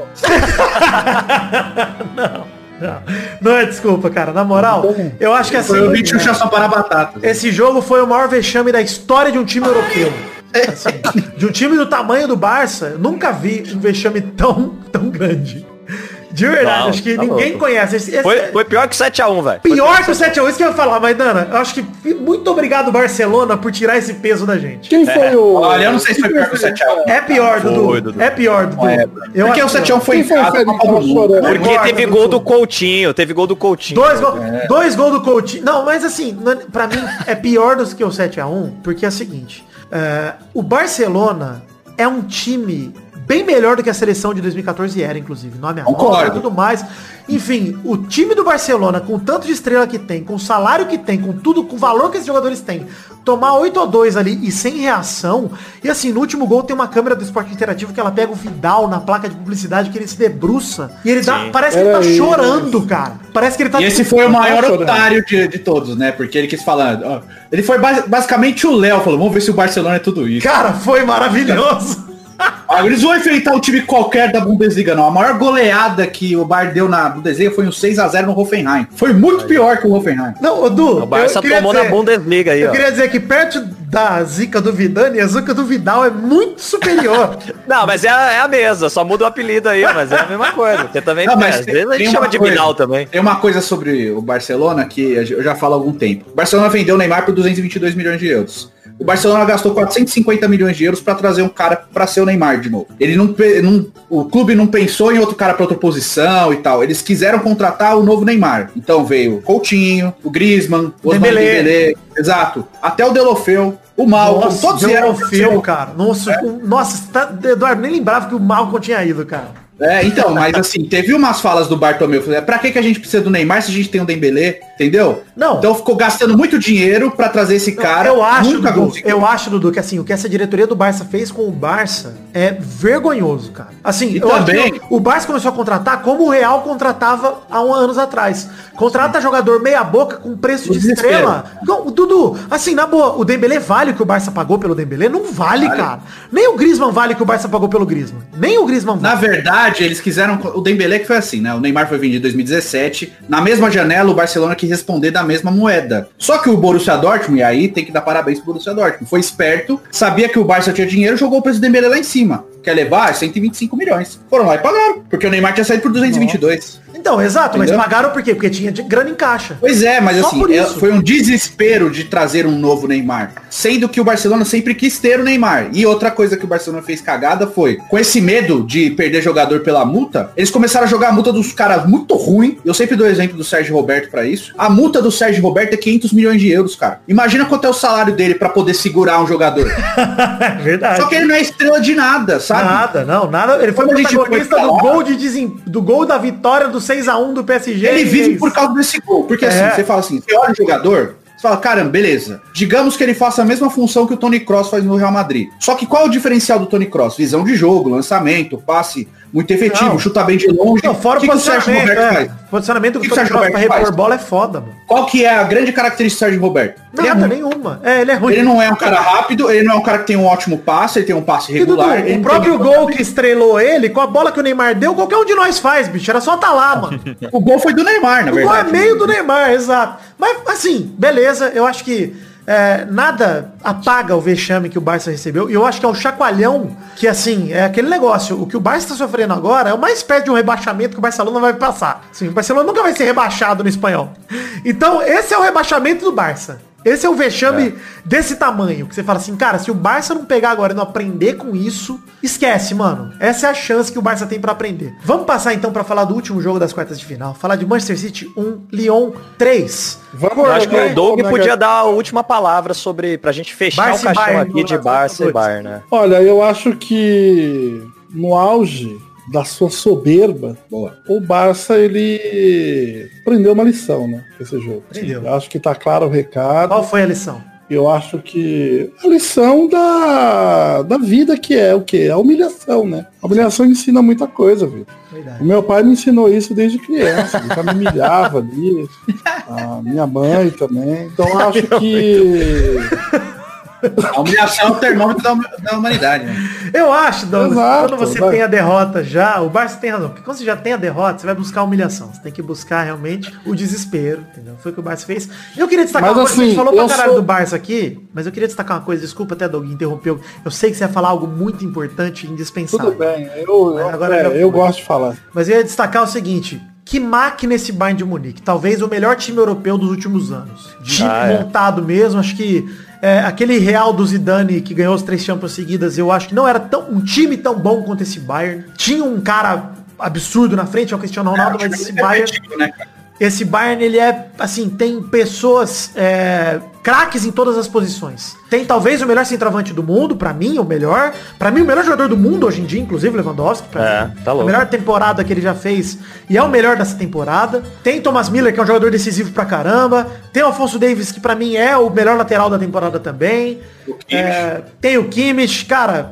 Não é desculpa, cara. Na moral, eu acho que assim... Foi o bicho só para batata. Esse jogo foi o maior vexame da história de um time europeu. Assim, de um time do tamanho do Barça, eu nunca vi um vexame tão grande. De verdade, acho que ninguém conhece. Foi pior que o 7-1, velho. Pior que o 7-1, isso que eu ia falar. Mas, Dana, eu acho que muito obrigado, Barcelona, por tirar esse peso da gente. Quem foi o... Olha, eu não sei se foi pior que o 7-1. É pior, Dudu. É pior, Dudu. Porque o 7-1 foi em casa. Porque teve gol do Coutinho. Dois gols do Coutinho. Não, mas assim, pra mim é pior do que o 7-1, porque é o seguinte. O Barcelona é um time... bem melhor do que a seleção de 2014 era, inclusive. Nome e tudo mais. Enfim, o time do Barcelona, com o tanto de estrela que tem, com o salário que tem, com tudo, com o valor que esses jogadores têm, tomar 8-2 ali e sem reação. E assim, no último gol tem uma câmera do Esporte Interativo que ela pega o Vidal na placa de publicidade, que ele se debruça. E ele dá, parece que ele tá chorando, cara. Parece que ele tá... E esse foi o maior otário de todos, né? Porque ele quis falar... Ó, ele foi basicamente o Léo, falou, vamos ver se o Barcelona é tudo isso. Cara, foi maravilhoso. Eles vão enfrentar um time qualquer da Bundesliga, não. A maior goleada que o Bayern deu na Bundesliga foi um 6-0 no Hoffenheim. Foi muito pior que o Hoffenheim. Não, Edu, o Barça tomou na Bundesliga aí, Eu queria dizer que perto da zica do Vidani, a zica do Vidal é muito superior. Não, mas é a mesma, só muda o apelido aí, mas é a mesma coisa. Porque também, às vezes a gente chama de Vidal também. Tem uma coisa sobre o Barcelona que eu já falo há algum tempo. O Barcelona vendeu o Neymar por 222 milhões de euros. O Barcelona gastou 450 milhões de euros para trazer um cara para ser o Neymar de novo. Ele o clube não pensou em outro cara para outra posição e tal. Eles quiseram contratar o novo Neymar. Então veio o Coutinho, o Griezmann, o Dembélé, exato. Até o Deulofeu, o Malcom, todos vieram. Deulofeu, cara. Nossa, Eduardo, nem lembrava que o Malcom tinha ido, cara. Então, mas assim, teve umas falas do Bartomeu, pra que a gente precisa do Neymar se a gente tem o Dembélé, entendeu? Não. Então ficou gastando muito dinheiro pra trazer esse cara. Eu acho, Dudu, que assim, o que essa diretoria do Barça fez com o Barça é vergonhoso, cara. Assim, o Barça começou a contratar como o Real contratava há anos atrás. Contrata jogador meia boca com preço de estrela. Não, Dudu, assim, na boa, o Dembélé vale o que o Barça pagou pelo Dembélé? Não vale, cara. Nem o Griezmann vale o que o Barça pagou pelo Griezmann. Nem o Griezmann vale. Na verdade, eles quiseram... O Dembélé que foi assim, né? O Neymar foi vendido em 2017. Na mesma janela, o Barcelona quis responder da mesma moeda. Só que o Borussia Dortmund, e aí tem que dar parabéns pro Borussia Dortmund, foi esperto, sabia que o Barça tinha dinheiro, jogou o preço do Dembélé lá em cima. Quer levar 125 milhões. Foram lá e pagaram. Porque o Neymar tinha saído por 222. Então, exato, entendeu? Mas pagaram por quê? Porque tinha grana em caixa. Pois é, mas só assim, foi um desespero de trazer um novo Neymar. Sendo que o Barcelona sempre quis ter o Neymar. E outra coisa que o Barcelona fez cagada foi, com esse medo de perder jogador pela multa, eles começaram a jogar a multa dos caras muito ruim. Eu sempre dou exemplo do Sérgio Roberto pra isso. A multa do Sérgio Roberto é 500 milhões de euros, cara. Imagina quanto é o salário dele pra poder segurar um jogador. É verdade. Só que ele não é estrela de nada, sabe? Nada. Ele foi protagonista do gol da vitória do 6-1 do PSG. Ele vive por causa desse gol. Porque assim, você fala assim, você olha o jogador, você fala, caramba, beleza. Digamos que ele faça a mesma função que o Toni Kroos faz no Real Madrid. Só que qual é o diferencial do Toni Kroos? Visão de jogo, lançamento, passe muito efetivo, chuta bem de longe. Não, fora o posicionamento, o posicionamento que o Toni Kroos pra repor bola é foda, mano. Qual que é a grande característica do Sérgio Roberto? Nada, nenhuma. Ele é ruim. Ele não é um cara rápido, ele não é um cara que tem um ótimo passe, ele tem um passe regular. O próprio gol que estrelou ele, com a bola que o Neymar deu, qualquer um de nós faz, bicho. Era só tá lá, mano. O gol foi do Neymar, na verdade. O gol é meio do Neymar, exato. Mas, assim, beleza, eu acho que nada apaga o vexame que o Barça recebeu. E eu acho que é um chacoalhão que, assim, é aquele negócio. O que o Barça tá sofrendo agora é uma espécie de um rebaixamento que o Barcelona vai passar. Assim, o Barcelona nunca vai ser rebaixado no espanhol. Então, esse é o rebaixamento do Barça. Esse é o vexame desse tamanho. Que você fala assim, cara, se o Barça não pegar agora e não aprender com isso, esquece, mano. Essa é a chance que o Barça tem pra aprender. Vamos passar então pra falar do último jogo das quartas de final. Falar de Manchester City 1, Lyon 3. Eu acho que o Doug podia dar a última palavra pra gente fechar Barça o caixão Bayern, aqui de Barça e Bayern, né? Olha, eu acho que no auge da sua soberba, o Barça, ele aprendeu uma lição, né? Esse jogo. Eu acho que tá claro o recado. Qual foi a lição? Eu acho que a lição da vida, que é o quê? A humilhação, né? A humilhação ensina muita coisa, viu? O meu pai me ensinou isso desde criança. Ele já me humilhava ali. A minha mãe também. Então eu acho que... A humilhação é o termômetro da humanidade, né? Eu acho, Douglas, Exato, quando você tem a derrota já, o Barça tem razão. Porque quando você já tem a derrota, você vai buscar a humilhação. Você tem que buscar realmente o desespero, entendeu? Foi o que o Barça fez. Eu queria destacar uma coisa, assim, a gente falou pra caralho do Barça aqui, mas eu queria destacar uma coisa, desculpa até, Doug, interrompeu. Eu sei que você ia falar algo muito importante e indispensável. Tudo bem, eu gosto de falar. Mas eu ia destacar o seguinte... Que máquina esse Bayern de Munique. Talvez o melhor time europeu dos últimos anos. Time montado mesmo. Acho que aquele Real do Zidane que ganhou as 3 Champions seguidas, eu acho que não era um time tão bom quanto esse Bayern. Tinha um cara absurdo na frente, é o Cristiano Ronaldo, mas esse Bayern... Esse Bayern, ele é, assim, tem pessoas craques em todas as posições. Tem talvez o melhor centroavante do mundo, pra mim, o melhor. Pra mim, o melhor jogador do mundo hoje em dia, inclusive Lewandowski. Pra mim, tá louco. A melhor temporada que ele já fez e é o melhor dessa temporada. Tem Thomas Müller, que é um jogador decisivo pra caramba. Tem o Alphonso Davies, que pra mim é o melhor lateral da temporada também. Tem o Kimmich, cara...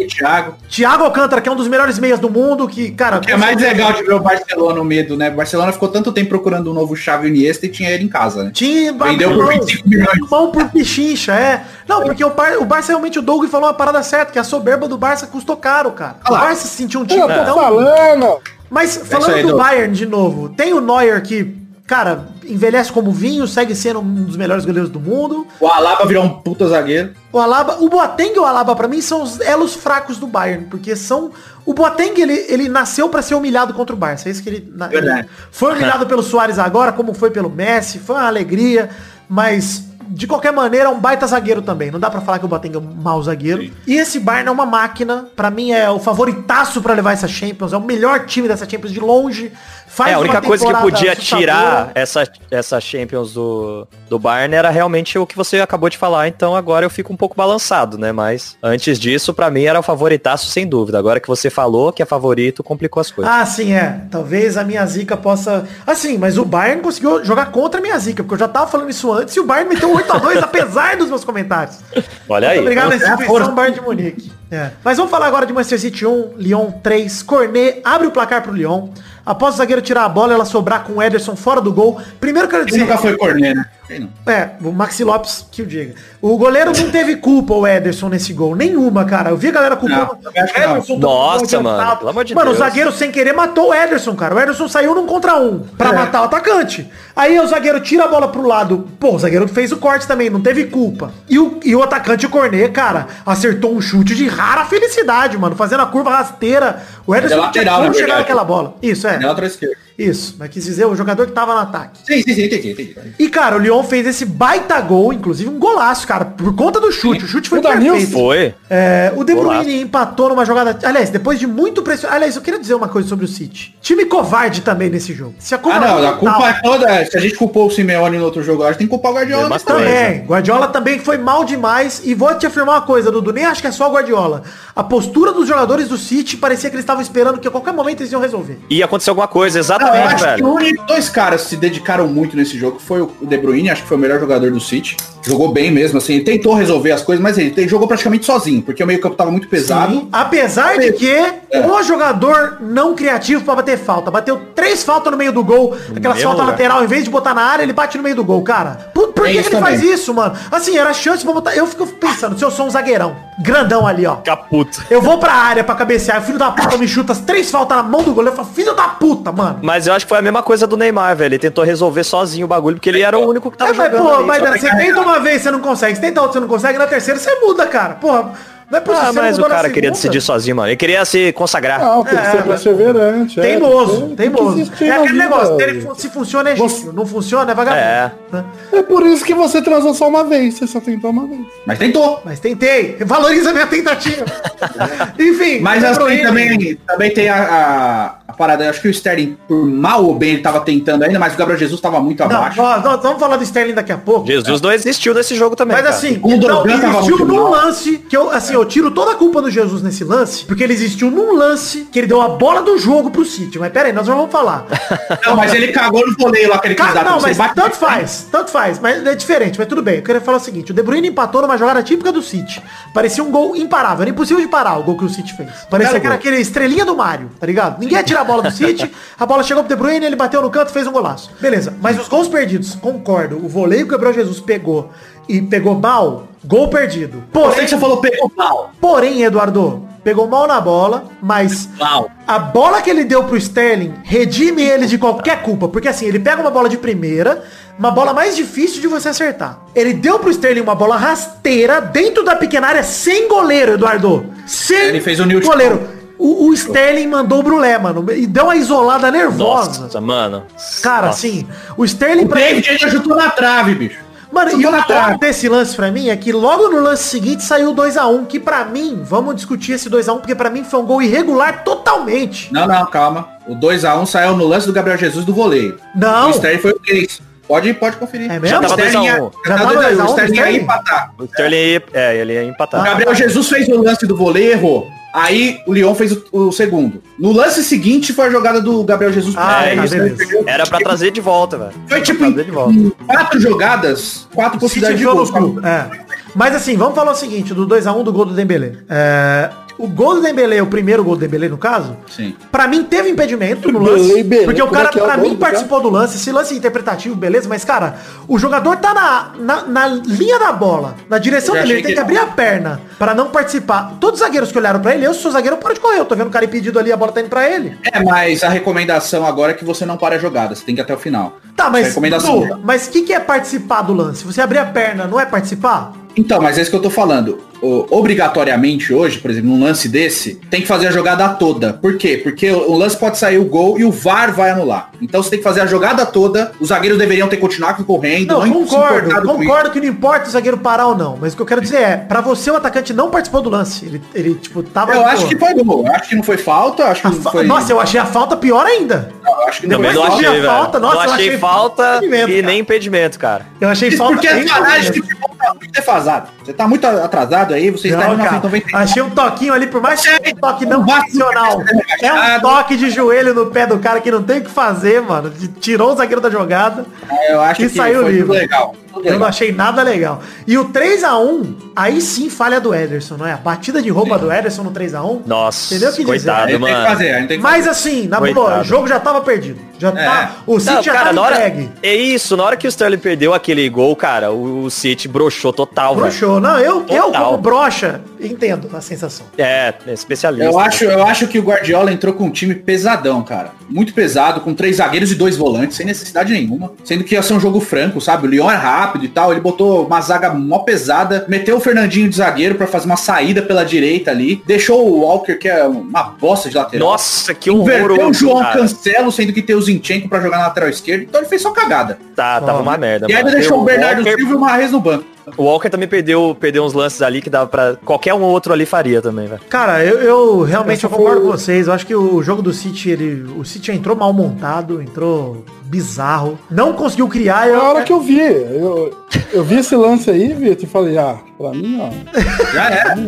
Thiago Alcântara, que é um dos melhores meias do mundo, que, cara... O que é mais legal de ver o Barcelona no medo, né? O Barcelona ficou tanto tempo procurando um novo Xavi Iniesta e tinha ele em casa, né? Vendeu por 25 milhões. Mão por pichincha, Não, porque o Barça realmente, o Doug falou uma parada certa, que a soberba do Barça custou caro, cara. O Barça se sentiu um time falando. Mas falando do Bayern de novo, tem o Neuer que, cara, envelhece como vinho, segue sendo um dos melhores goleiros do mundo. O Alaba virou um puta zagueiro. O Boateng e o Alaba, pra mim, são os elos fracos do Bayern, porque são... O Boateng, ele nasceu pra ser humilhado contra o Barça. É isso que ele foi humilhado pelo Suárez agora, como foi pelo Messi, foi uma alegria, mas... De qualquer maneira, é um baita zagueiro também. Não dá pra falar que o Boateng é um mau zagueiro. Sim. E esse Bayern é uma máquina. Pra mim, é o favoritaço pra levar essa Champions. É o melhor time dessa Champions de longe. A única coisa que podia tirar essa Champions do Bayern era realmente o que você acabou de falar. Então agora eu fico um pouco balançado, né? Mas antes disso, pra mim, era o favoritaço sem dúvida. Agora que você falou que é favorito, complicou as coisas. Ah, sim, Talvez a minha zica possa... Assim, mas o Bayern conseguiu jogar contra a minha zica. Porque eu já tava falando isso antes e o Bayern meteu 8-2, apesar dos meus comentários. Olha aí. Obrigado à instituição Bayern de Munique. Mas vamos falar agora de Manchester City 1, Lyon 3. Cornet abre o placar pro Lyon. Após o zagueiro tirar a bola, ela sobrar com o Ederson fora do gol. Primeiro quero dizer... Ele nunca foi Cornet, né? O Maxi Lopes que o diga. O goleiro não teve culpa, o Ederson, nesse gol. Nenhuma, cara. Eu vi a galera culpando. Nossa, mano. Pelo amor de Deus. O zagueiro sem querer matou o Ederson, cara. O Ederson saiu num contra um pra matar o atacante. Aí o zagueiro tira a bola pro lado. Pô, o zagueiro fez o corte também, não teve culpa. E o atacante, o Cornet, cara, acertou um chute de rara felicidade, mano. Fazendo a curva rasteira. O Ederson não tinha como chegar naquela bola. Isso, lateral esquerdo. Isso, mas quis dizer o jogador que tava no ataque. Sim, entendi. E, cara, o Lyon fez esse baita gol, inclusive um golaço, cara, por conta do chute. O chute foi perfeito. Foi. O De Bruyne empatou numa jogada... Aliás, depois de muito pressionado... Aliás, eu queria dizer uma coisa sobre o City. Time covarde também nesse jogo. A culpa é toda... Se a gente culpou o Simeone no outro jogo, a gente tem que culpar o Guardiola também. Guardiola também foi mal demais. E vou te afirmar uma coisa, Dudu. Nem acho que é só o Guardiola. A postura dos jogadores do City parecia que eles estavam esperando que a qualquer momento eles iam resolver. Ia acontecer alguma coisa, exatamente. Exatamente, acho velho. que dois caras se dedicaram muito nesse jogo. Foi o De Bruyne, acho que foi o melhor jogador do City. Jogou bem mesmo, assim. Ele tentou resolver as coisas, mas ele jogou praticamente sozinho, porque o meio campo tava muito pesado. Sim, apesar de que o jogador não criativo pra bater falta. Bateu 3 faltas no meio do gol. Aquelas faltas lateral, em vez de botar na área, ele bate no meio do gol, cara. Por que ele faz isso, mano? Assim, era chance pra botar... Eu fico pensando, se eu sou um zagueirão, grandão ali, ó. Caputo. Eu vou pra área pra cabecear, o filho da puta me chuta as 3 faltas na mão do goleiro. Eu falo, filho da puta, mano. Mas eu acho que foi a mesma coisa do Neymar, velho. Ele tentou resolver sozinho o bagulho, porque ele era o único que tava jogando. Pô, ali. mas você tenta uma vez, você não consegue. Você tenta outra, você não consegue. Na terceira, você muda, cara. Porra, não é possível. Mas o cara queria decidir sozinho, mano. Ele queria se consagrar. Não, tem que ser perseverante. Teimoso. É aquele negócio. Se funciona, é Você- gênio. Não funciona, é vagabundo. Né? É por isso que você transou só uma vez. Você só tentou uma vez. Mas tentou. Mas tentei. Valoriza a minha tentativa. Enfim. Mas De assim, Bruyne. também tem a parada. Eu acho que o Sterling, por mal ou bem, ele tava tentando ainda, mas o Gabriel Jesus tava muito Não, abaixo. nós vamos falar do Sterling daqui a pouco. Jesus não existiu nesse jogo também. Mas cara. assim, O Dogan tava existiu muito num mal. lance que eu tiro toda a culpa do Jesus nesse lance, porque ele existiu num lance que ele deu a bola do jogo pro City. Mas pera aí, nós já vamos falar. Não, mas ele cagou no voleio lá que ele quis dar. Não, Você mas bate- tanto faz, mas é diferente, mas tudo bem. Eu queria falar o seguinte, o De Bruyne empatou numa jogada típica do City. Parecia um gol imparável, era impossível de parar o gol que o City fez. Parecia que era aquele estrelinha do Mario, tá ligado? Ninguém ia tirar a bola do City, a bola chegou pro De Bruyne, ele bateu no canto e fez um golaço. Beleza, mas os gols perdidos, concordo, o voleio que o Gabriel Jesus pegou e pegou mal, gol perdido. Gostei que você falou pegou mal. Porém, Eduardo, pegou mal na bola, mas Mal. a bola que ele deu pro Sterling redime ele de qualquer culpa. Porque assim, ele pega uma bola de primeira, uma bola mais difícil de você acertar. Ele deu pro Sterling uma bola rasteira dentro da pequena área sem goleiro, Eduardo. Sem Ele fez o Newton. goleiro. O Sterling mandou o Brulé, mano. E deu uma isolada nervosa. Nossa, mano. Cara, Nossa. assim, o Sterling... O David ainda chutou na trave, bicho. Mano, e Chutou o na pior trave. desse lance pra mim é que logo no lance seguinte saiu 2-1, que pra mim, vamos discutir esse 2-1, porque pra mim foi um gol irregular totalmente. Não, calma. O 2-1 saiu no lance do Gabriel Jesus do voleio. Não. O Sterling foi o 3. Pode conferir. É mesmo? O Sterling ia- 2-1. Já tava 2-1 o do Sterling ia Sterling? empatar. O Sterling ele ia empatar. O Gabriel Jesus fez o lance do voleio e errou. Aí o Lyon fez o segundo. No lance seguinte foi a jogada do Gabriel Jesus. Ah, é tá, isso. beleza. Era pra trazer de volta, velho. Foi Era tipo pra trazer de volta. em 4 jogadas, 4 possibilidades de City gol. enfiou no cu. É. Mas assim, vamos falar o seguinte, do 2-1 do gol do Dembélé. O gol do Dembélé, o primeiro gol do Dembélé no caso, Sim. pra mim teve impedimento no Dembélé, lance, Belé, porque o como cara é que é o pra nome mim do cara? participou do lance, esse lance interpretativo, beleza, mas cara, o jogador tá na linha da bola, na direção Eu dele, achei ele tem que que- abrir a perna pra não participar. Todos os zagueiros que olharam pra ele, eu sou zagueiro, para de correr, eu tô vendo o cara impedido ali, a bola tá indo pra ele. É, mas a recomendação agora é que você não pare a jogada, você tem que ir até o final. Tá, Essa é a mas recomendação. Dudu, mas o que é participar do lance? Você abrir a perna, não é participar? Então, mas é isso que eu tô falando. Obrigatoriamente hoje, por exemplo, num lance desse, tem que fazer a jogada toda. Por quê? Porque o lance pode sair o gol e o VAR vai anular. Então você tem que fazer a jogada toda, os zagueiros deveriam ter continuado correndo. Não, se importar com concordo que não importa o zagueiro parar ou não. Mas o que eu quero dizer é, pra você o atacante não participou do lance. Ele tipo, tava... isso. Eu acho que foi gol. Eu acho que não foi falta, eu acho que não foi... Nossa, eu achei a falta pior ainda. Não, eu acho que não Também foi não Depois falta. que achei, vi a velho. falta, nossa, não eu achei achei falta impedimento, e cara. nem impedimento, cara. Eu achei Isso falta... porque é sacanagem de impedimento. futebol tá muito defasado. Você tá muito atrasado aí, você está em Não, cara, 1990. achei um toquinho ali, por mais que seja um toque não o Vasco profissional. É um toque de joelho no pé do cara que não tem o que fazer, mano. Tirou o zagueiro da jogada. Eu acho E que saiu foi livre. tudo legal. Tudo Eu não legal. achei nada legal. E o 3-1, aí sim falha do Ederson, não é? A batida de roupa do Ederson no 3-1. Nossa, Entendeu o que dizer? coitado, Aí tem que mano. fazer, aí tem que fazer. Mas assim, na boa, Coitado. o jogo já tava perdido. Já tá, o City Não, já cara, tava na hora, entregue. é isso, na hora que o Sterling perdeu aquele gol, cara, o City broxou total, velho. Broxou. Não, eu Total. como brocha, entendo a sensação. É especialista. Eu acho que o Guardiola entrou com um time pesadão, cara. Muito pesado, com 3 zagueiros e 2 volantes, sem necessidade nenhuma. Sendo que ia ser um jogo franco, sabe? O Lyon é rápido e tal. Ele botou uma zaga mó pesada, meteu o Fernandinho de zagueiro pra fazer uma saída pela direita ali. Deixou o Walker, que é uma bosta de lateral. Nossa, que Inverteu horroroso, o João cara. Cancelo, sendo que tem o Zinchenko pra jogar na lateral esquerda. Então ele fez só cagada. Tava uma merda. E ainda mano. deixou o Bernardo Walker, Silva e o Mahrez no banco. o Walker também perdeu uns lances ali que dava pra... Qualquer um outro ali faria também, velho. Cara, eu realmente Essa eu concordo foi- com vocês. Eu acho que o jogo do City, o City entrou mal montado, entrou bizarro. Não conseguiu criar. Foi a hora que eu vi. Eu vi esse lance aí, Vitor, e falei, pra mim, ó. Já era.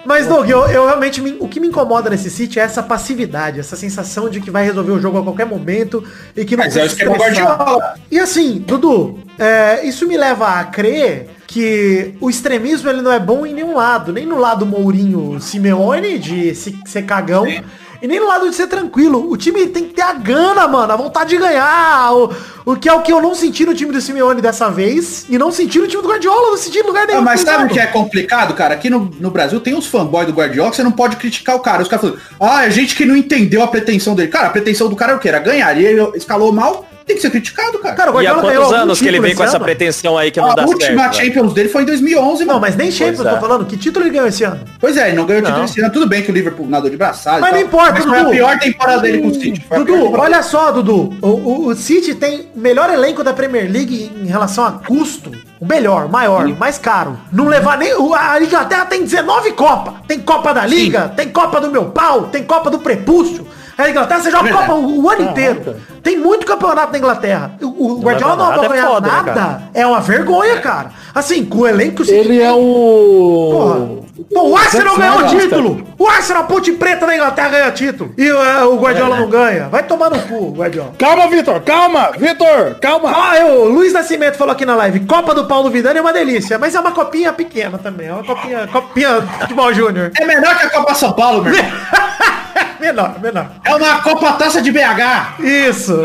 Mas, Doug, eu realmente, o que me incomoda nesse City é essa passividade, essa sensação de que vai resolver o jogo a qualquer momento e que não Mas é o esquema Guardiola. E assim, Dudu, isso me leva a crer que o extremismo ele não é bom em nenhum lado, nem no lado Mourinho Simeone, de ser cagão, e nem no lado de ser tranquilo. O time tem que ter a gana, mano, a vontade de ganhar, o que é o que eu não senti no time do Simeone dessa vez, e não senti no time do Guardiola, não senti em lugar nenhum. Mas sabe o que é complicado, cara? Aqui no Brasil tem uns fanboys do Guardiola que você não pode criticar o cara. Os caras falam, é gente que não entendeu a pretensão dele. Cara, a pretensão do cara é o quê? Era ganhar. E ele escalou mal, tem que ser criticado, cara. E há quantos anos que ele vem com essa pretensão aí que não dá certo? A última Champions dele foi em 2011, mano. Não, mas nem Champions, tô falando. Que título ele ganhou esse ano? Pois é, ele não ganhou título esse ano. Tudo bem que o Liverpool nadou de braçada. Mas não importa, mas Dudu. foi a pior temporada dele com o City. Dudu, olha só, Dudu. O City tem o melhor elenco da Premier League em relação a custo. O melhor, o maior, o mais caro. Não levar nem... A Inglaterra tem 19 Copas. Tem Copa da Liga, tem Copa do Meu Pau, tem Copa do Prepúcio. A Inglaterra, você joga Copa o ano inteiro. Tem muito campeonato na Inglaterra. O Guardiola não vai ganhar nada. Né, é uma vergonha, cara. Assim, com o elenco... Ele é o... Porra. O Arsenal ganhou o título. O Arsenal, a Ponte Preta da Inglaterra, ganha título. E o Guardiola não ganha. Vai tomar no cu, Guardiola. Calma, Vitor. Calma. Vitor, calma. O Luiz Nascimento falou aqui na live. Copa do Paulo Vidani é uma delícia. Mas é uma copinha pequena também. É uma copinha de futebol júnior. É menor que a Copa São Paulo, meu irmão. Menor. É uma Copa Taça de BH. Isso.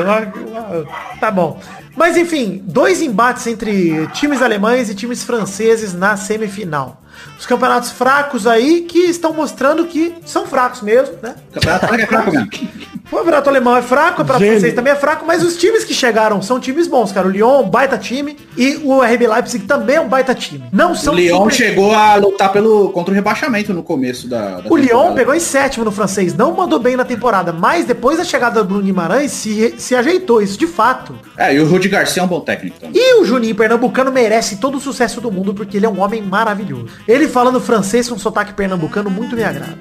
Tá bom. Mas enfim, 2 embates entre times alemães e times franceses na semifinal. Os campeonatos fracos aí que estão mostrando que são fracos mesmo, né? O campeonato é fraco mesmo. O campeonato alemão é fraco, o campeonato francês também é fraco, mas os times que chegaram são times bons, cara. O Lyon, um baita time, e o RB Leipzig também é um baita time. Não são o Lyon chegou a lutar contra o rebaixamento no começo da O Lyon pegou em 7º no francês, não mandou bem na temporada, mas depois da chegada do Bruno Guimarães se ajeitou, isso de fato. E o Rudi Garcia é um bom técnico também. E o Juninho Pernambucano merece todo o sucesso do mundo, porque ele é um homem maravilhoso. Ele falando francês com sotaque pernambucano muito me agrada.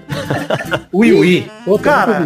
Ui. Cara,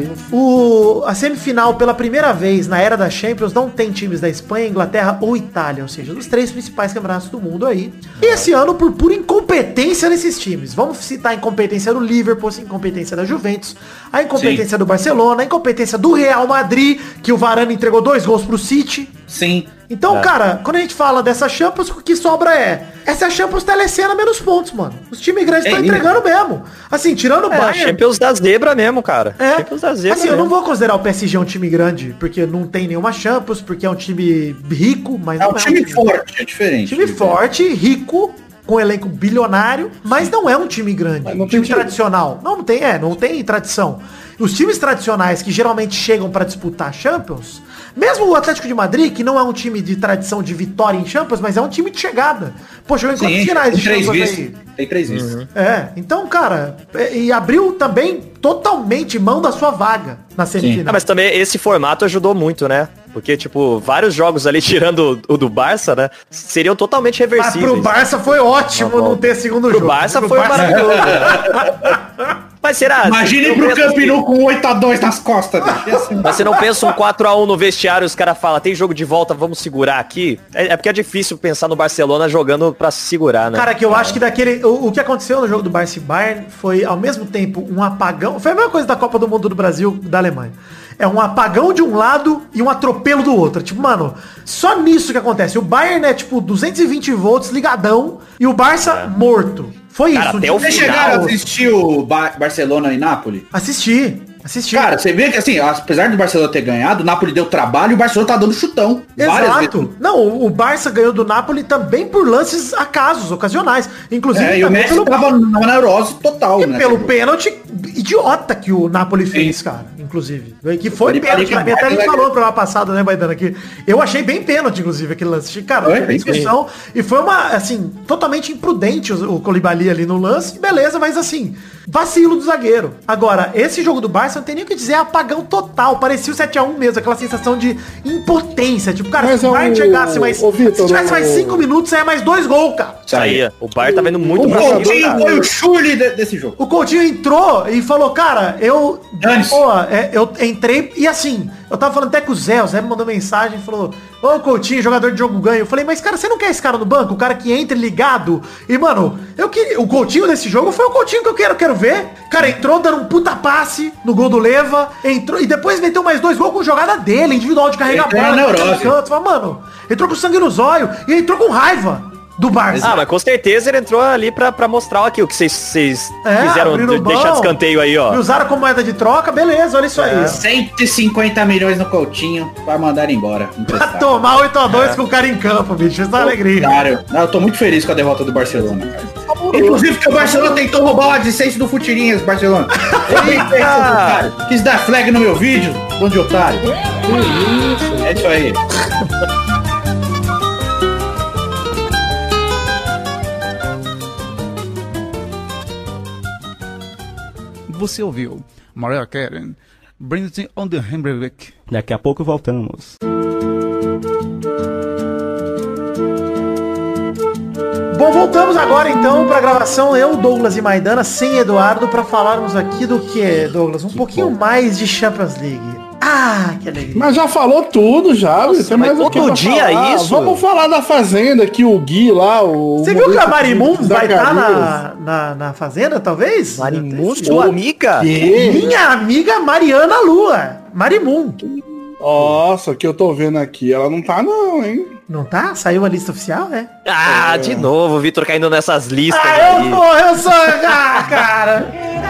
a semifinal pela primeira vez na era da Champions não tem times da Espanha, Inglaterra ou Itália, ou seja, dos 3 principais campeonatos do mundo aí. E esse ano por pura incompetência nesses times. Vamos citar a incompetência do Liverpool, a incompetência da Juventus, a incompetência do Barcelona, a incompetência do Real Madrid, que o Varane entregou 2 gols pro City. Sim. Então, cara, quando a gente fala dessa Champions, o que sobra essa Champions telecena menos pontos, mano. Os times grandes estão entregando mesmo. Assim, tirando o Bayern. Champions da zebra mesmo, cara. Champions da zebra assim, eu não vou considerar o PSG um time grande, porque não tem nenhuma Champions, porque é um time rico, mas não é um time forte, é diferente. Time forte, rico, com elenco bilionário, mas não é um time grande. Um time tradicional. Não tem tradição. Os times tradicionais que geralmente chegam para disputar Champions, mesmo o Atlético de Madrid, que não é um time de tradição de vitória em Champions, mas é um time de chegada. Pô, chegou em quantos finais de Champions aí? Tem 3 vezes. Então, cara, e abriu também totalmente mão da sua vaga na semifinal. Mas também esse formato ajudou muito, né? Porque, tipo, vários jogos ali, tirando o do Barça, né? Seriam totalmente reversíveis. Mas pro Barça foi ótimo não ter segundo jogo. Pro Barça foi maravilhoso. Mas será? Imagine pro Camp Nou com 8-2 nas costas. Mas você não pensa um 4-1 no vestiário e os caras falam, tem jogo de volta, vamos segurar aqui? É porque é difícil pensar no Barcelona jogando pra se segurar, né? Cara, que eu acho que o que aconteceu no jogo do Barça e Bayern foi, ao mesmo tempo, um apagão. Foi a mesma coisa da Copa do Mundo do Brasil, da Alemanha. É um apagão de um lado e um atropelo do outro. Tipo, mano, só nisso que acontece. O Bayern é, tipo, 220 volts ligadão e o Barça morto. Foi cara, isso. Até o Vocês chegaram a assistir o Barcelona e Napoli? Assisti. Cara, você vê que assim, apesar do Barcelona ter ganhado, o Napoli deu trabalho e o Barcelona tá dando chutão. Exato. Não, o Barça ganhou do Napoli também por lances acasos, ocasionais. Inclusive, e o Messi tava na neurose total, né? Pelo pênalti idiota que o Napoli fez, cara. Inclusive. Que foi pênalti. Até a gente falou no programa passado, né, Baidana, aqui. Eu achei bem pênalti, inclusive, aquele lance. Cara, foi discussão. E foi uma, assim, totalmente imprudente o Koulibaly ali no lance. Beleza, mas assim, vacilo do zagueiro. Agora, esse jogo do Barça não tem nem o que dizer, é apagão total. Parecia o 7-1 mesmo, aquela sensação de impotência. Tipo, cara, se o Bayern chegasse mais... se tivesse mais 5 minutos, saia mais 2 gols, cara. Saía. O Bayern tá vendo muito pra cima. O Coutinho foi o chule desse jogo. O Coutinho entrou e falou, cara, eu entrei e assim, Eu tava falando até com o Zé me mandou mensagem, falou, ô Coutinho, jogador de jogo ganho. Eu falei, mas cara, você não quer esse cara no banco? O cara que entra ligado? E, mano, o Coutinho desse jogo foi o Coutinho que eu quero ver. Cara, entrou dando um puta passe no gol do Leva, entrou e depois meteu mais 2 gols com jogada dele, individual de carregar a bola. Mano, entrou com sangue no zóio e entrou com raiva do Barça. Ah, mas com certeza ele entrou ali pra mostrar aqui o que vocês quiseram deixar de escanteio aí, ó. E usaram como moeda de troca, beleza, olha isso aí. 150 milhões no Coutinho pra mandar embora. Pra tomar 8-2 com o cara em campo, bicho. Isso é uma alegria. Não, eu tô muito feliz com a derrota do Barcelona, cara. Inclusive que o Barcelona tentou roubar o AdSense do Futirinhas, Barcelona. Cara, quis dar flag no meu vídeo, bando de otário. É isso aí. Você ouviu Mariah Carey, Bring on the Hamburg. Daqui a pouco voltamos. Bom, voltamos agora então pra gravação, eu, Douglas e Maidana, sem Eduardo, pra falarmos aqui do que, Douglas? Um pouquinho mais de Champions League. Ah, que alegria. Mas já falou tudo, já. Nossa, tem mais todo dia falar. isso. Vamos falar da Fazenda, que o Gui lá, Você viu que a Marimun vai estar na Fazenda, talvez? Marimun, sua amiga? Minha amiga Mariana Lua. Marimun. Nossa, que eu tô vendo aqui, ela não tá não, hein? Não tá? Saiu a lista oficial, né? Ah, de novo, o Vitor caindo nessas listas aí. Eu sou, cara.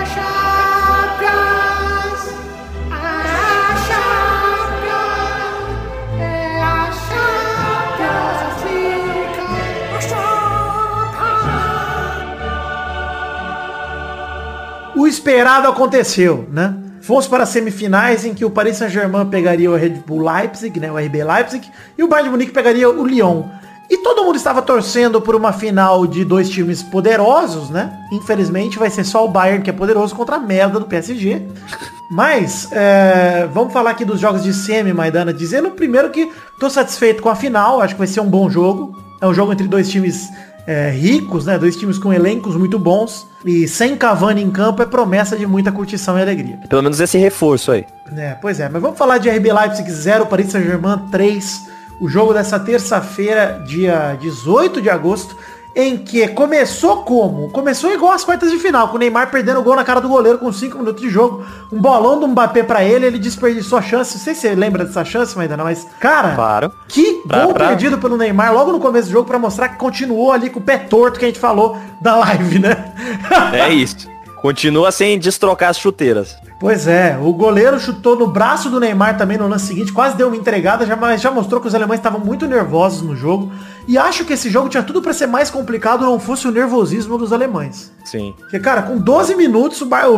O esperado aconteceu, né? Fomos para as semifinais em que o Paris Saint-Germain pegaria o Red Bull Leipzig, né, o RB Leipzig, e o Bayern de Munique pegaria o Lyon. E todo mundo estava torcendo por uma final de 2 times poderosos, né? Infelizmente vai ser só o Bayern que é poderoso contra a merda do PSG. Mas, vamos falar aqui dos jogos de semi, Maidana, dizendo primeiro que tô satisfeito com a final, acho que vai ser um bom jogo. É um jogo entre 2 times ricos, né? 2 times com elencos muito bons. E sem Cavani em campo é promessa de muita curtição e alegria. Pelo menos esse reforço aí. Pois é, mas vamos falar de RB Leipzig 0, Paris Saint-Germain 3. O jogo dessa terça-feira, dia 18 de agosto, em que começou como? Começou igual as quartas de final, com o Neymar perdendo o gol na cara do goleiro com 5 minutos de jogo. Um bolão do Mbappé pra ele desperdiçou a chance. Não sei se você lembra dessa chance, Maidana, mas, cara, claro. Que gol perdido pelo Neymar logo no começo do jogo pra mostrar que continuou ali com o pé torto que a gente falou da live, né? É isso. Continua sem destrocar as chuteiras. Pois é, o goleiro chutou no braço do Neymar também no lance seguinte, quase deu uma entregada, mas já mostrou que os alemães estavam muito nervosos no jogo. E acho que esse jogo tinha tudo pra ser mais complicado, não fosse o nervosismo dos alemães. Sim. Porque, cara, com 12 minutos o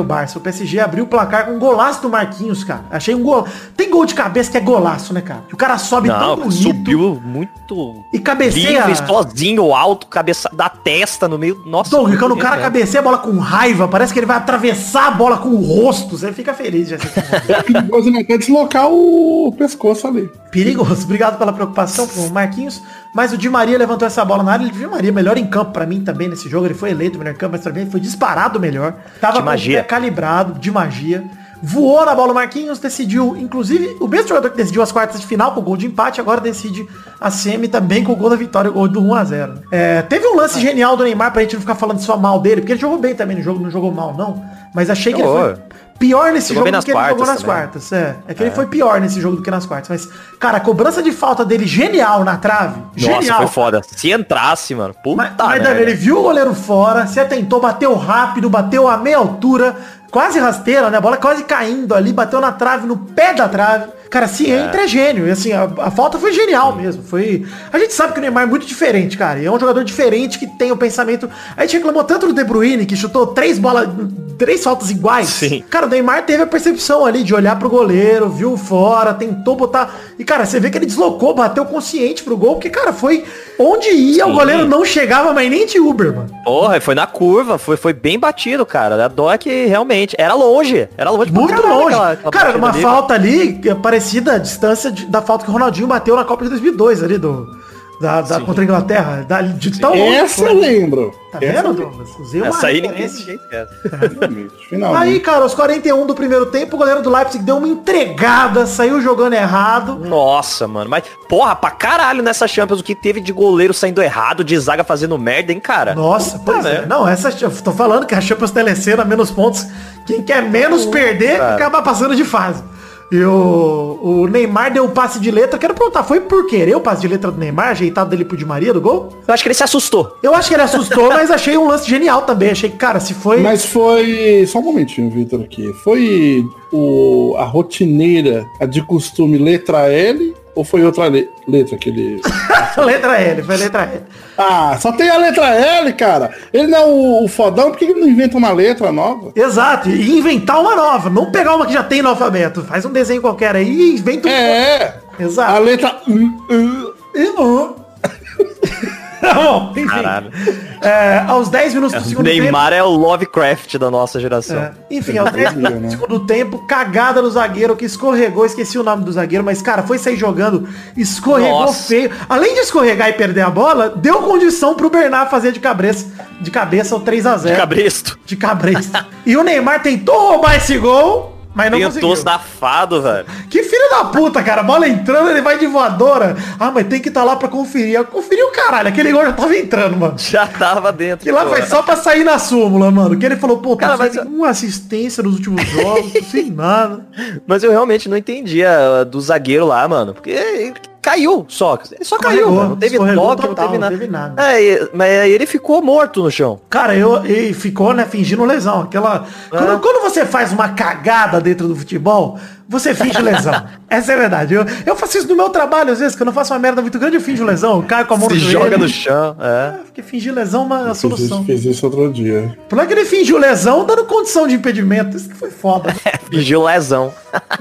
PSG abriu o placar com um golaço do Marquinhos, cara. Achei um gol. Tem gol de cabeça que é golaço, né, cara? O cara sobe tão bonito. Subiu muito. E cabeceia. Livre, sozinho, alto, cabeça da testa no meio. Nossa. Doug, quando o cara cabeceia a bola com raiva, parece que ele vai atravessar a bola com o rosto. Você fica feliz, já. É perigoso até deslocar o pescoço ali. Perigoso. Obrigado pela preocupação com o Marquinhos. Mas o Di Maria levantou essa bola na área. O Di Maria, melhor em campo pra mim também nesse jogo. Ele foi eleito o melhor em campo, mas também foi disparado o melhor. Tava com o pé calibrado, de magia. Voou na bola o Marquinhos, decidiu, inclusive, o mesmo jogador que decidiu as quartas de final com o gol de empate, agora decide a semi também com o gol da vitória, o gol do 1-0. Teve um lance genial do Neymar pra gente não ficar falando só mal dele, porque ele jogou bem também no jogo, não jogou mal não. Mas achei que ele foi pior nesse jogo do que ele jogou nas quartas. É que ele foi pior nesse jogo do que nas quartas. Mas, cara, a cobrança de falta dele genial na trave. Nossa, genial. foi foda. Se entrasse, mano. Puta mas ele viu o goleiro fora, se atentou, bateu rápido, bateu a meia altura, quase rasteira, né? A bola quase caindo ali, bateu na trave, no pé da trave. Cara, se entra é gênio. E assim, a falta foi genial mesmo. A gente sabe que o Neymar é muito diferente, cara. E é um jogador diferente que tem o pensamento. A gente reclamou tanto do De Bruyne, que chutou 3 faltas iguais. Sim. Cara, o Neymar teve a percepção ali de olhar pro goleiro, viu fora, tentou botar. E, cara, você vê que ele deslocou, bateu consciente pro gol, porque, cara, foi onde ia, o goleiro não chegava, mas nem de Uber, mano. Porra, foi na curva, foi bem batido, cara. A dó é que realmente era longe. Era longe muito pra longe. Aquela cara, uma ali, falta ali, parecida a distância da falta que o Ronaldinho bateu na Copa de 2002 ali do Contra a Inglaterra. De tão Essa eu lembro. Tá vendo, Douglas? Usei uma Essa aí referência. ninguém esquece. Finalmente. Aí, cara, aos 41 do primeiro tempo, o goleiro do Leipzig deu uma entregada, saiu jogando errado. Nossa, mano. Mas, porra, pra caralho nessa Champions, o que teve de goleiro saindo errado, de zaga fazendo merda, hein, cara? Nossa, pois é. Não, eu tô falando que a Champions telecena menos pontos. Quem quer menos perder, cara, acaba passando de fase. E o Neymar deu o passe de letra. Quero perguntar, foi por querer o passe de letra do Neymar, ajeitado dele pro Di Maria do gol? Eu acho que ele se assustou. Eu acho que ele assustou, mas achei um lance genial também. Achei que, cara, se foi... Mas foi... Só um momentinho, Vitor, aqui. Foi a rotineira, a de costume, letra L? Ou foi outra letra que ele... Letra L, foi letra L. Ah, só tem a letra L, cara. Ele não é o fodão, por que ele não inventa uma letra nova? Exato, e inventar uma nova. Não pegar uma que já tem no alfabeto. Faz um desenho qualquer aí e inventa um... Exato. A letra Tá bom, enfim. Caralho. Aos 10 minutos do segundo Neymar é o Lovecraft da nossa geração. Enfim, aos 10 minutos do segundo tempo, cagada no zagueiro que escorregou, esqueci o nome do zagueiro, mas, cara, foi sair jogando, escorregou feio. Além de escorregar e perder a bola, deu condição pro Bernard fazer de cabeça o 3-0. De cabresto. De cabresto. E o Neymar tentou roubar esse gol, mas não conseguiu. Safado, velho. Que filho da puta, cara. A bola entrando, ele vai de voadora. Ah, mas tem que estar lá pra conferir. Conferiu o caralho. Aquele gol já tava entrando, mano. Já tava dentro. Que lá foi só pra sair na súmula, mano. Que ele falou, pô, cara, mas uma assistência nos últimos jogos, sem nada. Mas eu realmente não entendia do zagueiro lá, mano. Porque ele caiu só. Ele só caiu, mano. Não teve toque, não teve nada. Não teve nada. Mas aí ele ficou morto no chão. Cara, ele ficou, né, fingindo lesão. Quando você faz uma cagada dentro do futebol, você finge lesão. Essa é a verdade. Eu faço isso no meu trabalho, às vezes, quando eu faço uma merda muito grande, eu finjo lesão. Eu caio com a mão no joelho. Joga no chão, Porque fingir lesão é uma solução. Fiz isso outro dia. Por que ele fingiu lesão dando condição de impedimento. Isso que foi foda. Fingiu lesão.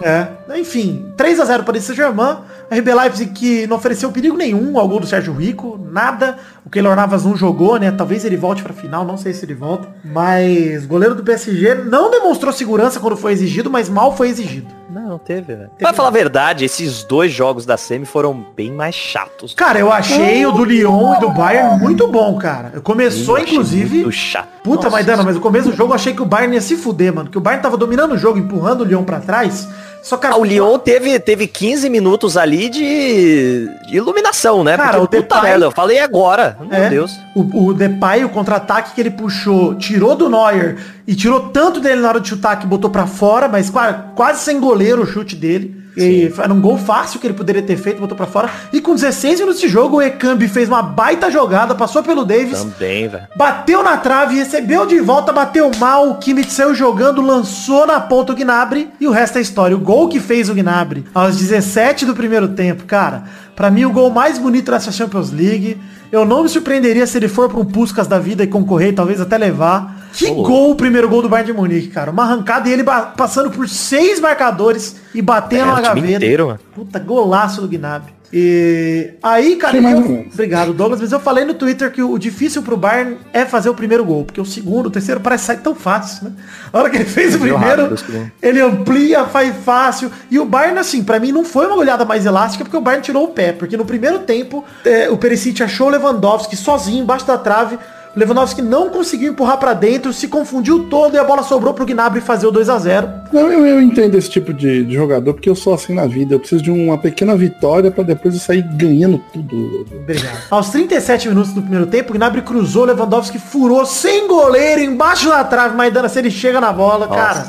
Enfim, 3-0 para o Saint-Germain. A RB Leipzig que não ofereceu perigo nenhum ao gol do Sérgio Rico, nada. O Keylor Navas não jogou, né? Talvez ele volte pra final, não sei se ele volta. Mas o goleiro do PSG não demonstrou segurança quando foi exigido, mas mal foi exigido. Não teve, velho. Pra falar a verdade, esses dois jogos da Semi foram bem mais chatos. Cara, eu achei o do Lyon e do Bayern muito bom, cara. Começou, inclusive... Muito chato. Puta, Maidana, mas no começo do jogo eu achei que o Bayern ia se fuder, mano. Que o Bayern tava dominando o jogo, empurrando o Lyon pra trás. Só, cara, o Lyon teve 15 minutos ali de iluminação, né? Cara, porque, puta merda, eu falei agora. Meu Deus. O Depay, o contra-ataque que ele puxou, tirou do Neuer e tirou tanto dele na hora de chutar que botou pra fora, mas quase sem goleiro o chute dele. E era um gol fácil que ele poderia ter feito, botou pra fora. E com 16 minutos de jogo, o Ekambi fez uma baita jogada, passou pelo Davis. Também, velho. Bateu na trave, recebeu de volta, bateu mal. O Kimmich saiu jogando, lançou na ponta o Gnabry. E o resto é história. O gol que fez o Gnabry aos 17 do primeiro tempo, cara. Pra mim, o gol mais bonito dessa Champions League. Eu não me surpreenderia se ele for pra um Puskás da vida e concorrer, talvez até levar. Que gol, o primeiro gol do Bayern de Munique, cara. Uma arrancada e ele passando por 6 marcadores e batendo na gaveta. Inteiro, mano. Puta, golaço do Gnabry. E aí, cara, obrigado, Douglas, mas eu falei no Twitter que o difícil pro Bayern é fazer o primeiro gol, porque o segundo, o terceiro parece sair tão fácil, né? A hora que ele fez o primeiro, ele amplia, faz fácil. E o Bayern, assim, pra mim não foi uma olhada mais elástica, porque o Bayern tirou o pé, porque no primeiro tempo, o Perisic achou o Lewandowski sozinho, embaixo da trave. O Lewandowski não conseguiu empurrar pra dentro, se confundiu todo e a bola sobrou pro Gnabry fazer o 2-0. Não, eu entendo esse tipo de jogador, porque eu sou assim na vida. Eu preciso de uma pequena vitória pra depois eu sair ganhando tudo. Obrigado. Aos 37 minutos do primeiro tempo, o Gnabry cruzou, o Lewandowski furou sem goleiro, embaixo da trave, Maidana, se ele chega na bola, cara...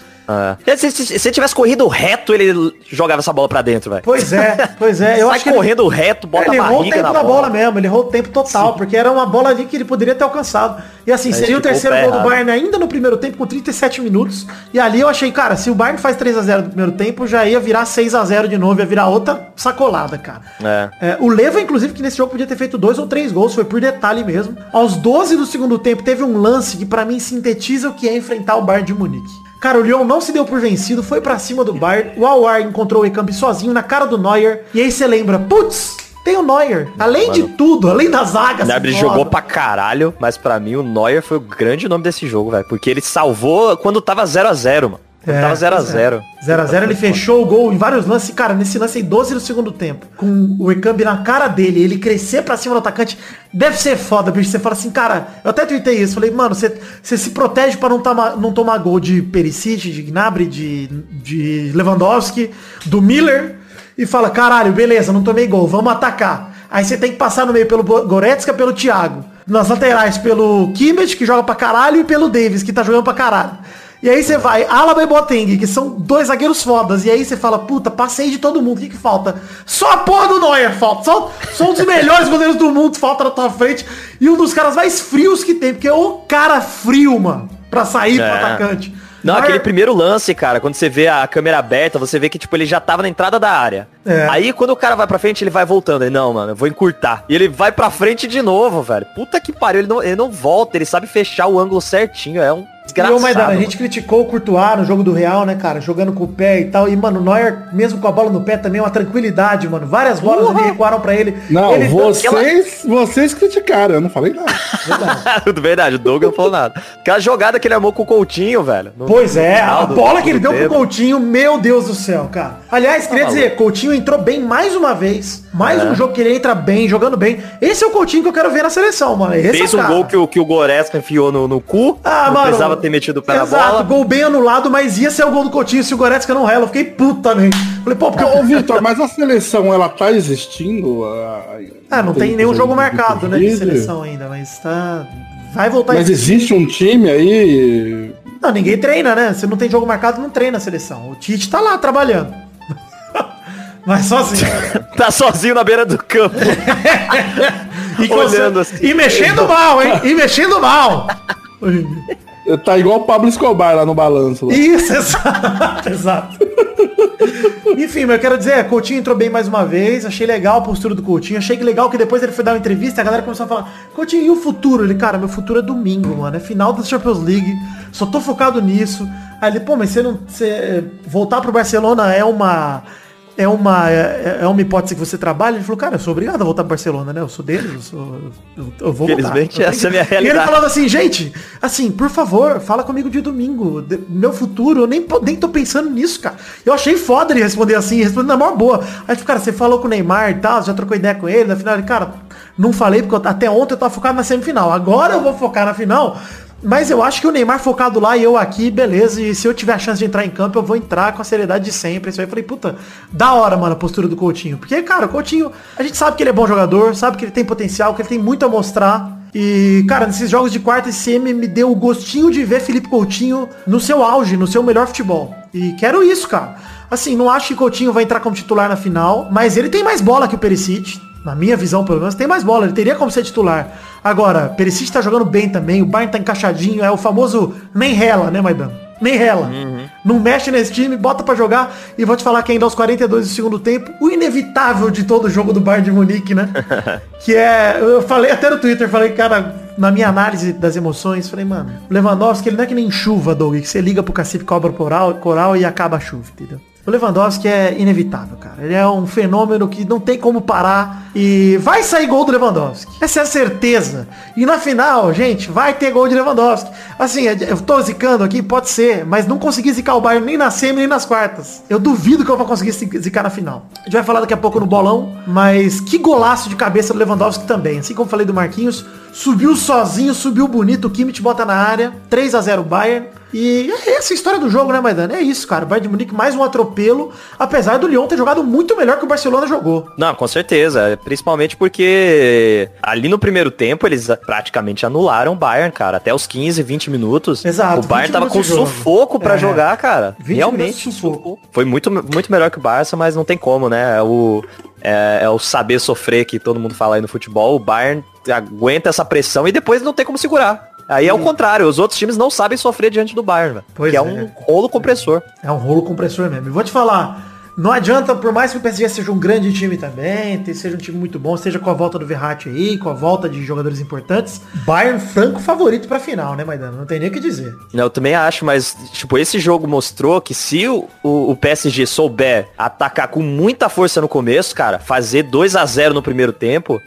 Se tivesse corrido reto, ele jogava essa bola pra dentro, velho. Pois é. Eu Sai acho que correndo reto, bota a barriga errou o tempo da bola mesmo, ele errou o tempo total, porque era uma bola ali que ele poderia ter alcançado. E assim, seria o terceiro gol do Bayern ainda no primeiro tempo, com 37 minutos. E ali eu achei, cara, se o Bayern faz 3-0 no primeiro tempo, já ia virar 6-0 de novo, ia virar outra sacolada, cara. O Leva, inclusive, que nesse jogo podia ter feito 2 ou 3 gols, foi por detalhe mesmo. Aos 12 do segundo tempo, teve um lance que pra mim sintetiza o que é enfrentar o Bayern de Munique. Cara, o Lyon não se deu por vencido, foi pra cima do Bayern. O Aouar encontrou o Ekambi sozinho na cara do Neuer. E aí você lembra, putz, tem o Neuer. Além de tudo, além das zagas. O Gnabry jogou pra caralho, mas pra mim o Neuer foi o grande nome desse jogo, velho. Porque ele salvou quando tava 0-0, mano. Tava 0x0. 0x0, ele fechou o gol em vários lances. Cara, nesse lance aí, 12 no segundo tempo. Com o Ekambi na cara dele, ele crescer pra cima do atacante. Deve ser foda, bicho. Você fala assim, cara, eu até tuitei isso. Falei, mano, você se protege pra não tomar gol de Perisic, de Gnabry, de Lewandowski, do Miller. E fala, caralho, beleza, não tomei gol, vamos atacar. Aí você tem que passar no meio pelo Goretzka, pelo Thiago. Nas laterais, pelo Kimmich, que joga pra caralho, e pelo Davis, que tá jogando pra caralho. E aí você vai, Alaba e Boateng, que são dois zagueiros fodas. E aí você fala, puta, passei de todo mundo, o que falta? Só a porra do Neuer falta. Só um dos melhores goleiros do mundo falta na tua frente. E um dos caras mais frios que tem, porque é o cara frio, mano, pra sair pro atacante. Não, aquele primeiro lance, cara, quando você vê a câmera aberta, você vê que, tipo, ele já tava na entrada da área. Aí, quando o cara vai pra frente, ele vai voltando. Ele, não, mano, eu vou encurtar. E ele vai pra frente de novo, velho. Puta que pariu, ele não volta, ele sabe fechar o ângulo certinho, é um desgraçado. E, Maidana, a gente criticou o Courtois no jogo do Real, né, cara, jogando com o pé e tal. E, mano, o Neuer, mesmo com a bola no pé, também é uma tranquilidade, mano. Várias bolas ali recuaram pra ele. Não, vocês criticaram, eu não falei nada. Verdade, o Doug não falou nada. Aquela jogada que ele amou com o Coutinho, velho. Pois é, a bola que ele deu pro Coutinho, meu Deus do céu, cara. Aliás, queria dizer, Coutinho entrou bem mais uma vez. Mais um jogo que ele entra bem, jogando bem. Esse é o Coutinho que eu quero ver na seleção, mano. Esse fez um gol que o Goretzka enfiou no cu. Não mano, precisava ter metido o pé na bola. Gol bem anulado, mas ia ser o gol do Coutinho se o Goretzka não rela. Eu fiquei puta, né? Falei, pô, porque... Ô, Vitor, mas a seleção, ela tá existindo? Não tem nenhum jogo marcado, né, de seleção ainda, mas tá... Vai voltar... Mas existe um time aí... Não, ninguém treina, né? Se não tem jogo marcado, não treina a seleção. O Tite tá lá trabalhando. Mas sozinho. Tá sozinho na beira do campo. Olhando assim. E mexendo mal, hein? E mexendo mal. Tá igual o Pablo Escobar lá no balanço. Lá. Isso, exato. Enfim, mas eu quero dizer, Coutinho entrou bem mais uma vez, achei legal a postura do Coutinho, achei que legal que depois ele foi dar uma entrevista e a galera começou a falar, Coutinho, e o futuro? Ele, cara, meu futuro é domingo, mano, é final da Champions League, só tô focado nisso. Aí ele, pô, mas você voltar pro Barcelona é uma hipótese que você trabalha? Ele falou, cara, eu sou obrigado a voltar pro Barcelona, né? Eu sou deles, eu vou voltar. Infelizmente, essa é a minha realidade. E ele falando assim, gente, assim, por favor, fala comigo de domingo. Meu futuro, eu nem tô pensando nisso, cara. Eu achei foda ele responder assim, respondendo na maior boa. Aí, tipo, cara, você falou com o Neymar e tal, já trocou ideia com ele, na final ele, cara, não falei, porque até ontem eu tava focado na semifinal. Agora eu vou focar na final. Mas eu acho que o Neymar focado lá e eu aqui, beleza. E se eu tiver a chance de entrar em campo, eu vou entrar com a seriedade de sempre. Isso aí eu falei, puta, da hora, mano, a postura do Coutinho. Porque, cara, o Coutinho, a gente sabe que ele é bom jogador, sabe que ele tem potencial, que ele tem muito a mostrar. E, cara, nesses jogos de quarta, esse M me deu o gostinho de ver Felipe Coutinho no seu auge, no seu melhor futebol. E quero isso, cara. Assim, não acho que Coutinho vai entrar como titular na final, mas ele tem mais bola que o Perisic. Na minha visão, pelo menos, tem mais bola. Ele teria como ser titular. Agora, Perisic tá jogando bem também. O Bayern tá encaixadinho. É o famoso nem rela, né, Maidana? Nem rela. Não mexe nesse time, bota pra jogar. E vou te falar que ainda aos 42 do segundo tempo, o inevitável de todo jogo do Bayern de Munique, né? Que é... Eu falei até no Twitter, falei, cara, na minha análise das emoções, falei, mano, o Lewandowski, ele não é que nem chuva, Doug, que você liga pro cacife, cobra coral e acaba a chuva, entendeu? O Lewandowski é inevitável, cara. Ele é um fenômeno que não tem como parar. E vai sair gol do Lewandowski. Essa é a certeza. E na final, gente, vai ter gol de Lewandowski. Assim, eu tô zicando aqui, pode ser. Mas não consegui zicar o Bayern nem na semi, nem nas quartas. Eu duvido que eu vou conseguir zicar na final. A gente vai falar daqui a pouco no bolão. Mas que golaço de cabeça do Lewandowski também. Assim como falei do Marquinhos. Subiu sozinho, subiu bonito. O Kimmich bota na área. 3-0 Bayern. E é essa a história do jogo, né, Maidana? É isso, cara. O Bayern de Munique mais um atropelo, apesar do Lyon ter jogado muito melhor que o Barcelona jogou. Não, com certeza. Principalmente porque ali no primeiro tempo eles praticamente anularam o Bayern, cara. Até os 15, 20 minutos. Exato. O Bayern tava com sufoco pra jogar, cara. Realmente. Sufoco. Foi muito, muito melhor que o Barça, mas não tem como, né? É o saber sofrer que todo mundo fala aí no futebol. O Bayern aguenta essa pressão e depois não tem como segurar. Aí é o contrário, os outros times não sabem sofrer diante do Bayern, velho. Pois que é um rolo compressor. É um rolo compressor mesmo. E vou te falar, não adianta, por mais que o PSG seja um grande time também, seja um time muito bom, seja com a volta do Verratti aí, com a volta de jogadores importantes, Bayern franco favorito pra final, né, Maidana? Não tem nem o que dizer. Não, eu também acho, mas, tipo, esse jogo mostrou que se o PSG souber atacar com muita força no começo, cara, fazer 2-0 no primeiro tempo,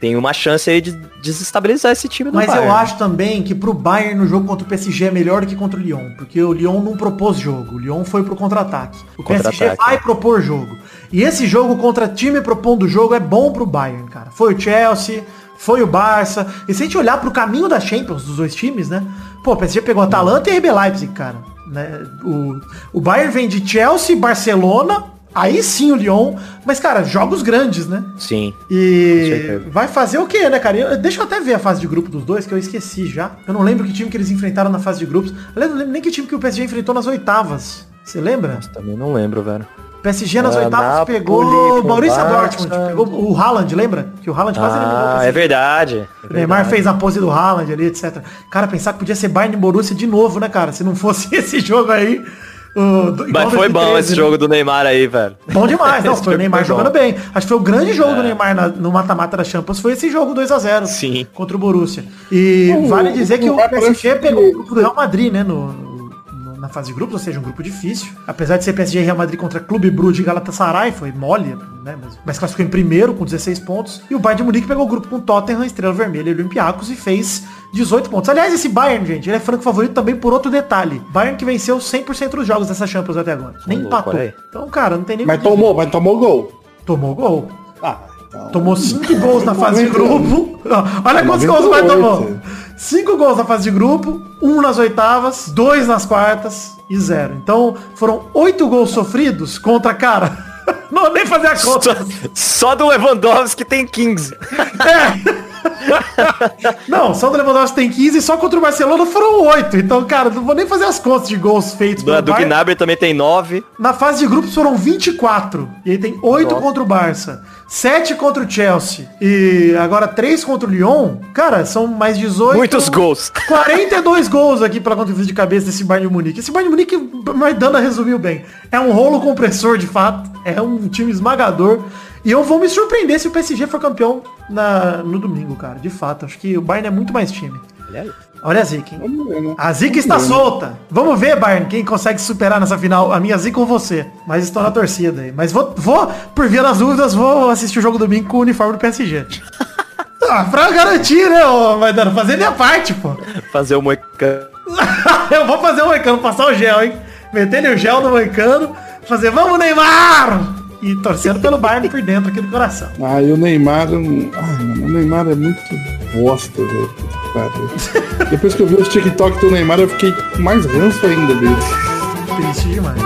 tem uma chance aí de desestabilizar esse time do Mas Bayern. eu acho também que pro Bayern no jogo contra o PSG é melhor do que contra o Lyon. Porque o Lyon não propôs jogo. O Lyon foi pro contra-ataque. O PSG vai propor jogo. E esse jogo contra time propondo jogo é bom pro Bayern, cara. Foi o Chelsea, foi o Barça. E se a gente olhar pro caminho da Champions dos dois times, né? Pô, o PSG pegou a Atalanta e RB Leipzig, cara. Né? O Bayern vem de Chelsea, Barcelona, aí sim o Lyon, mas, cara, jogos grandes, né? Sim. E vai fazer o quê, né, cara? Deixa eu até ver a fase de grupo dos dois, que eu esqueci já. Eu não lembro que time que eles enfrentaram na fase de grupos. Eu não lembro nem que time que o PSG enfrentou nas oitavas. Você lembra? Nossa, também não lembro, velho. PSG nas oitavas Napoli, pegou o Borussia Barça. Dortmund, pegou o Haaland, lembra? Que o Haaland quase eliminou o PSG. É verdade. O Neymar fez a pose do Haaland ali, etc. Cara, pensar que podia ser Bayern e Borussia de novo, né, cara? Se não fosse esse jogo aí... Mas foi 2013, bom esse jogo do Neymar aí, velho. Bom demais, não, foi o Neymar jogando bem. Acho que foi o grande jogo do Neymar no mata-mata da Champions, foi esse jogo 2-0 Sim. Contra o Borussia. E vale dizer que o PSG pegou o grupo do Real Madrid, né, na fase de grupos, ou seja, um grupo difícil. Apesar de ser PSG e Real Madrid contra Clube Brugge e Galatasaray, foi mole, né, mas classificou em primeiro com 16 pontos. E o Bayern de Munique pegou o grupo com Tottenham, Estrela Vermelha e Olympiacos e fez 18 pontos. Aliás, esse Bayern, gente, ele é franco favorito também por outro detalhe. Bayern que venceu 100% dos jogos dessa Champions até agora. Nem empatou. Então, cara, não tem nem... Mas tomou gol. Tomou gol. Então... Tomou 5 gols na fase de grupo. Olha quantos gols o Bayern tomou. 5 gols na fase de grupo, 1 nas oitavas, 2 nas quartas e 0. Então, foram 8 gols sofridos contra, cara... Não vou nem fazer a conta. Só do Lewandowski tem 15. Não, só do Lewandowski tem 15 e só contra o Barcelona foram 8. Então, cara, não vou nem fazer as contas de gols feitos pelo Bayern. Do Gnabry também tem 9. Na fase de grupos foram 24. E aí tem 8 contra o Barça, 7 contra o Chelsea e agora 3 contra o Lyon. Cara, são mais 18. Muitos gols. 42 gols aqui pela conta de cabeça desse Bayern de Munique. Esse Bayern de Munique, Maidana resumiu bem. É um rolo compressor, de fato. É um time esmagador. E eu vou me surpreender se o PSG for campeão no domingo, cara. De fato, acho que o Bayern é muito mais time. Olha a zica, hein? Vamos ver, né? A zica está solta. Vamos ver, Bayern, quem consegue superar nessa final. A minha zica ou você. Mas estou na torcida aí. Mas vou por via das dúvidas, vou assistir o jogo domingo com o uniforme do PSG. Pra garantir, né, Maidana? Fazer minha parte, pô. Fazer o moicano. Eu vou fazer o moicano, passar o gel, hein? Meter o gel no moicano. Fazer, vamos, Neymar! E torcendo pelo Bayern por dentro aqui do coração. E o Neymar... o Neymar é muito bosta, velho. Depois que eu vi os TikTok do Neymar, eu fiquei mais ranço ainda dele. Triste demais.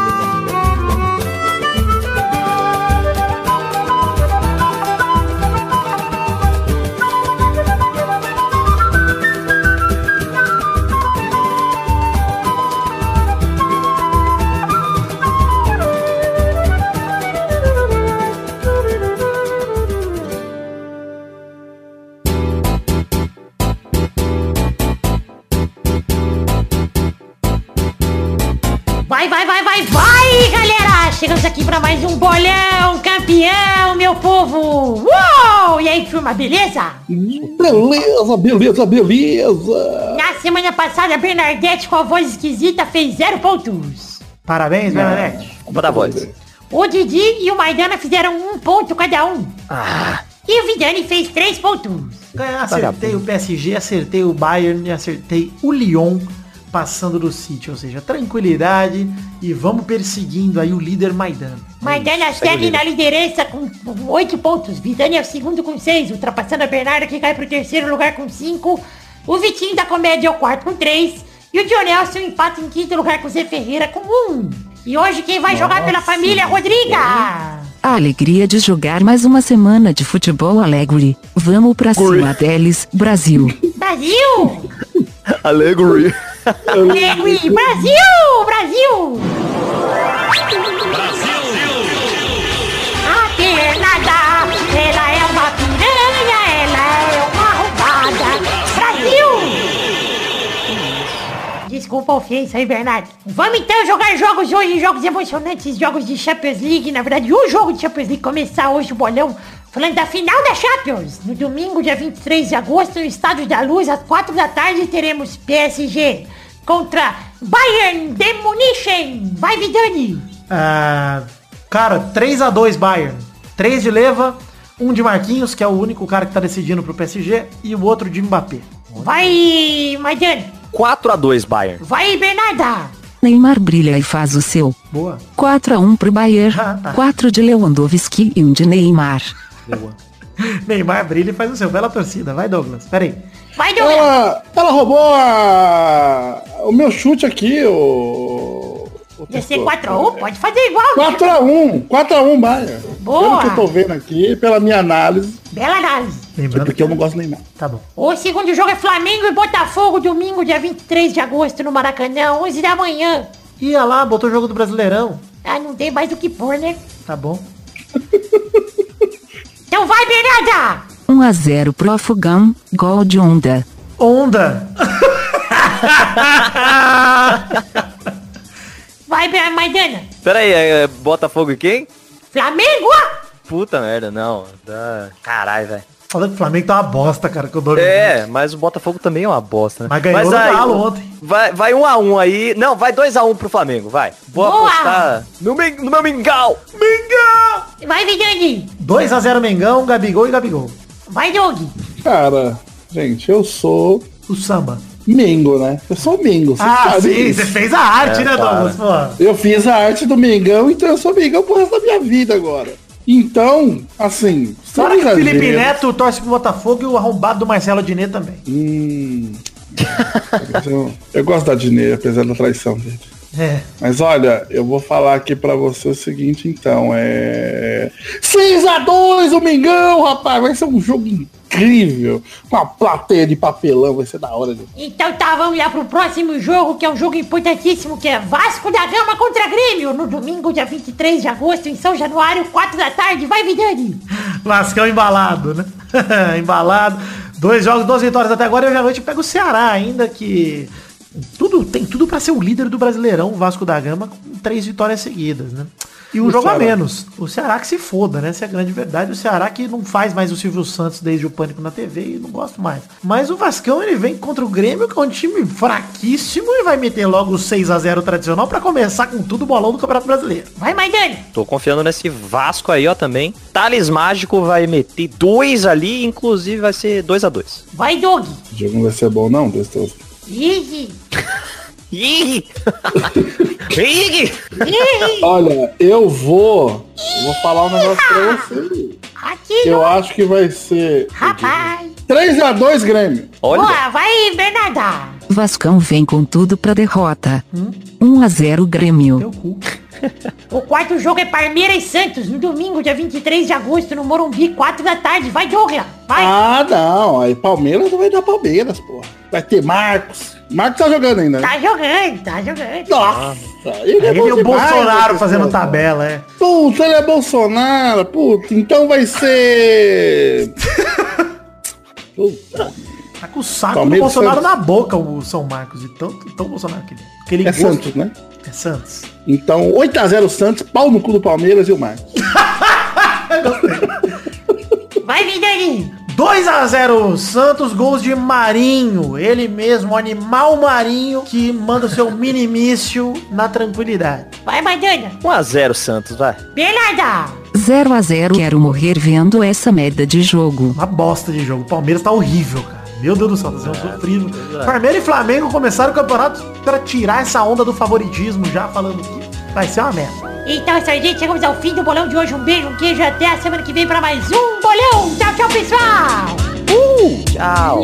Vai, galera! Chegamos aqui para mais um bolão campeão, meu povo! Uou! E aí, turma, beleza? Beleza! Na semana passada, a Bernadette, com a voz esquisita, fez 0 pontos. Parabéns, Bernadette. Culpa da voz. O Didi e o Maidana fizeram 1 ponto cada um. E o Vidani fez 3 pontos. Acertei o PSG, acertei o Bayern e acertei o Lyon passando do City, ou seja, tranquilidade e vamos perseguindo aí o líder Maidana. Maidana segue na liderança com 8 pontos, Vidani é o segundo com 6, ultrapassando a Bernarda que cai pro terceiro lugar com 5, o Vitinho da Comédia é o quarto com 3 e o Dionelson empata em quinto lugar com o Zé Ferreira com 1. E hoje quem vai jogar pela família é Rodriga. A alegria de jogar mais uma semana de futebol alegre. Vamos pra cima deles, Brasil. Brasil! Alegre. Alegre! Brasil! A pernada, ela é uma piranha, ela é uma roubada. Brasil! Desculpa a ofensa aí, Bernardo. Vamos então jogar jogos hoje, jogos emocionantes, jogos de Champions League. Na verdade, o jogo de Champions League começar hoje, o bolão. Falando da final da Champions, no domingo, dia 23 de agosto, no Estádio da Luz, às 4 da tarde, teremos PSG contra Bayern de Munichen. Vai, Vidani! Cara, 3-2 Bayern. 3 de Leva, Um de Marquinhos, que é o único cara que tá decidindo pro PSG, e o outro de Mbappé. Vai, Maidana. 4-2 Bayern. Vai, Bernarda. Neymar brilha e faz o seu. Boa. 4-1 pro Bayern. Ah, tá. 4 de Lewandowski e 1 de Neymar. Neymar brilha e faz o seu. Bela torcida. Vai, Douglas. Pera aí. Vai, Douglas. Ela roubou o meu chute aqui, Ia ser 4-1? Pode fazer igual. 4-1 Bayern. Boa. Pelo que eu tô vendo aqui, pela minha análise, Bela análise. é Lembrando porque eu não gosto do Neymar. Tá bom. O segundo jogo é Flamengo e Botafogo, domingo, dia 23 de agosto, no Maracanã, 11 da manhã. Ia lá, botou o jogo do Brasileirão. Ah, não tem mais o que pôr, né? Tá bom. Então vai, Bernarda. 1-0 pro Afogão. Gol de Onda. Onda. Vai, Maidana. Pera aí, Botafogo e quem? Flamengo. Puta merda, não. Caralho, velho. Falando que o Flamengo tá uma bosta, cara, que eu dou. Mas o Botafogo também é uma bosta, né? Mas ganhou no Galo ontem. Vai 1-1 aí. Não, vai 2-1 pro Flamengo, vai. Vou Boa. apostar no meu Mingau. Vai, Vidani. 2-0 Mengão, Gabigol e Gabigol. Vai, Doug. Cara, gente, eu sou O samba. Mengo, né? Eu sou Mengo, você sabe sim, disso. você fez a arte, né, Douglas? Pô. Eu fiz a arte do Mengão, então eu sou Mengão pro resto da minha vida agora. Então, assim, Fora que o exageros. Felipe Neto torce pro Botafogo e o arrombado do Marcelo Diné também. Eu gosto da Dinê, apesar da traição dele. É. Mas olha, eu vou falar aqui pra você o seguinte, então, 6-2 o Mengão, rapaz, vai ser um jogo incrível, com uma plateia de papelão, vai ser da hora. Então tá, vamos lá pro próximo jogo, que é um jogo importantíssimo, que é Vasco da Gama contra Grêmio, no domingo, dia 23 de agosto, em São Januário, 4 da tarde. Vai, Vidani. Vascão embalado, né? Embalado. 2 jogos, 2 vitórias até agora. E hoje à noite pega o Ceará ainda, que tem tudo pra ser o líder do Brasileirão, o Vasco da Gama, com 3 vitórias seguidas, né? E um jogo a menos. O Ceará que se foda, né? Essa é a grande verdade. O Ceará que não faz mais o Silvio Santos desde o Pânico na TV e não gosto mais. Mas o Vascão, ele vem contra o Grêmio, que é um time fraquíssimo, e vai meter logo o 6-0 tradicional pra começar com tudo o bolão do Campeonato Brasileiro. Vai, Maidani. Tô confiando nesse Vasco aí, ó, também. Thales Mágico vai meter 2 ali, inclusive vai ser 2-2. Vai, Doug. O jogo não vai ser bom não, Testoso. Ih. Ih! Olha, eu vou falar um negócio pra você. Aqui, Eu acho que vai ser rapaz. 3-2 Grêmio. Olha, Boa, vai, Bernarda. Vascão vem com tudo pra derrota. 1-0 Grêmio. Teu cu. O quarto jogo é Palmeiras e Santos, no domingo, dia 23 de agosto, no Morumbi, 4 da tarde. Vai, Douglas. Vai. Ah, não. Aí Palmeiras não vai dar Palmeiras, porra. Vai ter Marcos. Marcos tá jogando ainda, né? Tá jogando. Nossa, ele é Ele bom e o demais, Bolsonaro né, fazendo pessoal? tabela, é. Puta, ele é Bolsonaro, puta, então vai ser... Puta, Tá com o saco Palmeiras, do Bolsonaro Santos. na boca, o São Marcos, de tão Bolsonaro que ele é. Aquele é gosto- Santos, né? É Santos. Então, 8-0 Santos, pau no cu do Palmeiras e o Marcos. Vai, Vidani. 2-0 Santos, gols de Marinho. Ele mesmo, o animal Marinho, que manda o seu minimício na tranquilidade. Vai, Maidana. 1-0 Santos, vai. Bernarda. 0-0 Quero morrer vendo essa merda de jogo. Uma bosta de jogo. O Palmeiras tá horrível, cara. Meu Deus do céu, tá sendo sofrível. Palmeiras e Flamengo começaram o campeonato pra tirar essa onda do favoritismo, já falando que vai ser uma merda. Então é isso aí, gente. Chegamos ao fim do bolão de hoje. Um beijo, um queijo. Até a semana que vem pra mais um bolão. Tchau, tchau, pessoal. Tchau.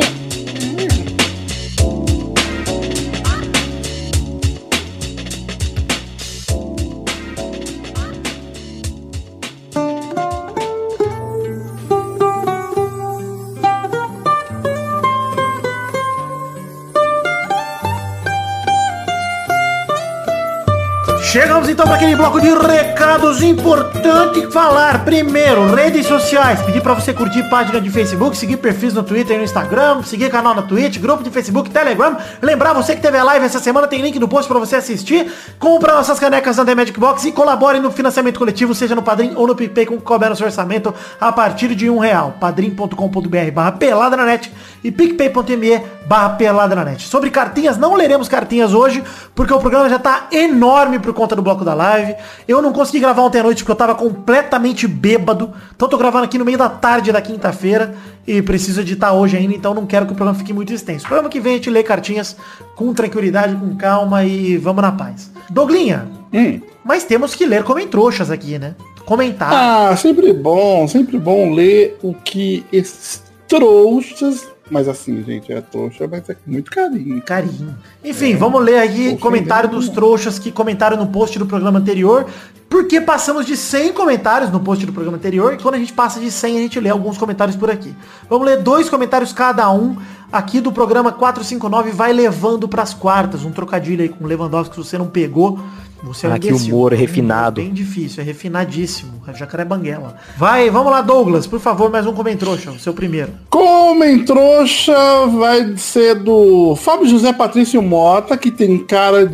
Chegamos então para aquele bloco de recados importante falar. Primeiro, redes sociais. Pedir para você curtir página de Facebook, seguir perfis no Twitter e no Instagram, seguir canal na Twitch, grupo de Facebook, Telegram. Lembrar você que teve a live essa semana, tem link no post para você assistir. Compra nossas canecas da The Magic Box e colabore no financiamento coletivo, seja no Padrim ou no PicPay, com que couber no seu orçamento a partir de R$1. padrim.com.br/pelada na net e picpay.me youtube.com/peladranet. Sobre cartinhas, não leremos cartinhas hoje, porque o programa já tá enorme por conta do bloco da live. Eu não consegui gravar ontem à noite porque eu tava completamente bêbado. Então tô gravando aqui no meio da tarde da quinta-feira e preciso editar hoje ainda, então não quero que o programa fique muito extenso. O programa que vem a gente lê cartinhas com tranquilidade, com calma e vamos na paz. Douglinha, mas temos que ler comentroxas aqui, né? Comentar. Ah, sempre bom ler o que esses trouxas, mas assim, gente, é trouxa, mas é com muito carinho. Enfim, vamos ler aqui comentário dos trouxas que comentaram no post do programa anterior, porque passamos de 100 comentários no post do programa anterior, e quando a gente passa de 100, a gente lê alguns comentários por aqui. Vamos ler 2 comentários cada um aqui do programa 459, vai levando pras quartas, um trocadilho aí com Lewandowski que você não pegou. Você é que humor refinado. Bem difícil, é refinadíssimo. Jacaré Banguela. Vai, vamos lá, Douglas, por favor, mais um Comentrouxa, o seu primeiro. Comentrouxa vai ser do Fábio José Patrício Mota, que tem cara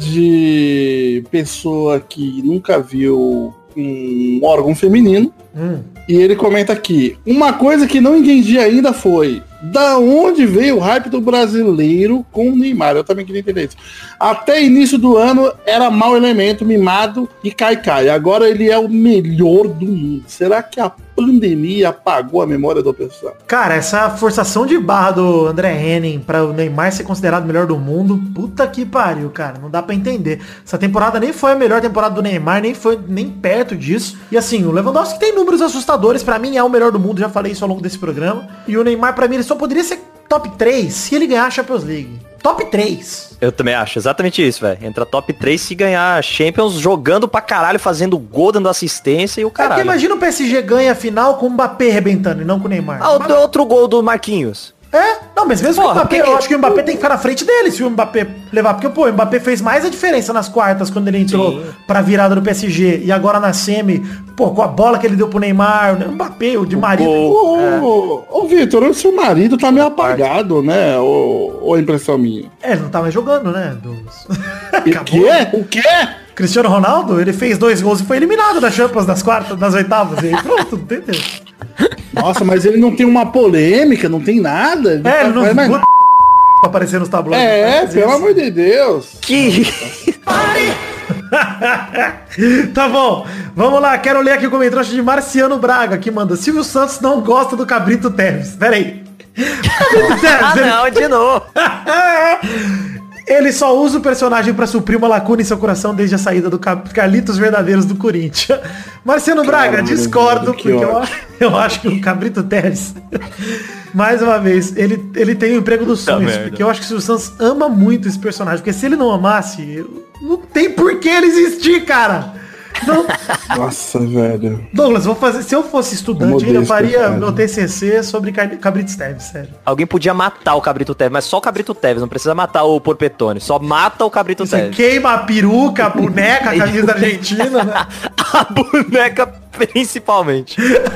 de pessoa que nunca viu um órgão feminino. E ele comenta aqui: uma coisa que não entendi ainda foi da onde veio o hype do brasileiro com o Neymar. Eu também queria entender isso. Até início do ano era mau elemento, mimado e cai-cai. Agora ele é o melhor do mundo. Será que a pandemia apagou a memória do pessoal? Cara, essa forçação de barra do André Henning para o Neymar ser considerado o melhor do mundo, puta que pariu, cara. Não dá pra entender. Essa temporada nem foi a melhor temporada do Neymar, nem foi nem perto disso. E assim, o Lewandowski tem números assustadores. Pra mim é o melhor do mundo, já falei isso ao longo desse programa. E o Neymar, pra mim, ele só poderia ser top 3 se ele ganhar a Champions League. Top 3. Eu também acho exatamente isso, velho. Entra top 3 se ganhar a Champions, jogando pra caralho, fazendo gol, dando assistência e o caralho. É porque imagina o PSG ganha a final com o Mbappé arrebentando e não com o Neymar. Outro gol do Marquinhos. Não, mas mesmo que o Mbappé, eu acho que o Mbappé tem que ficar na frente dele se o Mbappé levar. Porque, pô, o Mbappé fez mais a diferença nas quartas quando ele entrou pra virada do PSG. E agora na semi, pô, com a bola que ele deu pro Neymar, o Mbappé, o Di Maria. Ô, Vitor, o seu marido tá meio apagado, né? Ou é impressão minha? Ele não tá mais jogando, né? O quê? Cristiano Ronaldo, ele fez 2 gols e foi eliminado das Champions, das quartas, das oitavas. E aí pronto, não tem tempo. Nossa, mas ele não tem uma polêmica, não tem nada. Ele não vai pra aparecer nos tabloides. Pelo amor de Deus. Tá bom, vamos lá, quero ler aqui o comentário de Marciano Braga, que manda: Silvio Santos não gosta do Cabrito Teves. Pera aí. Não, de novo. Ele só usa o personagem pra suprir uma lacuna em seu coração desde a saída do Carlitos Verdadeiros do Corinthians. Marciano Braga, discordo, porque eu acho que o Cabrito Teres, mais uma vez, ele tem o emprego dos sonhos, porque eu acho que o Silvio Santos ama muito esse personagem, porque se ele não amasse, não tem por que ele existir, cara. Não. Nossa, velho. Douglas, se eu fosse estudante, eu faria meu TCC sobre Cabrito Teves, sério. Alguém podia matar o Cabrito Teves, mas só o Cabrito Teves, não precisa matar o Porpetone, só mata o Cabrito Teves. Queima a peruca, a boneca, a camisa da Argentina, né? A boneca, principalmente.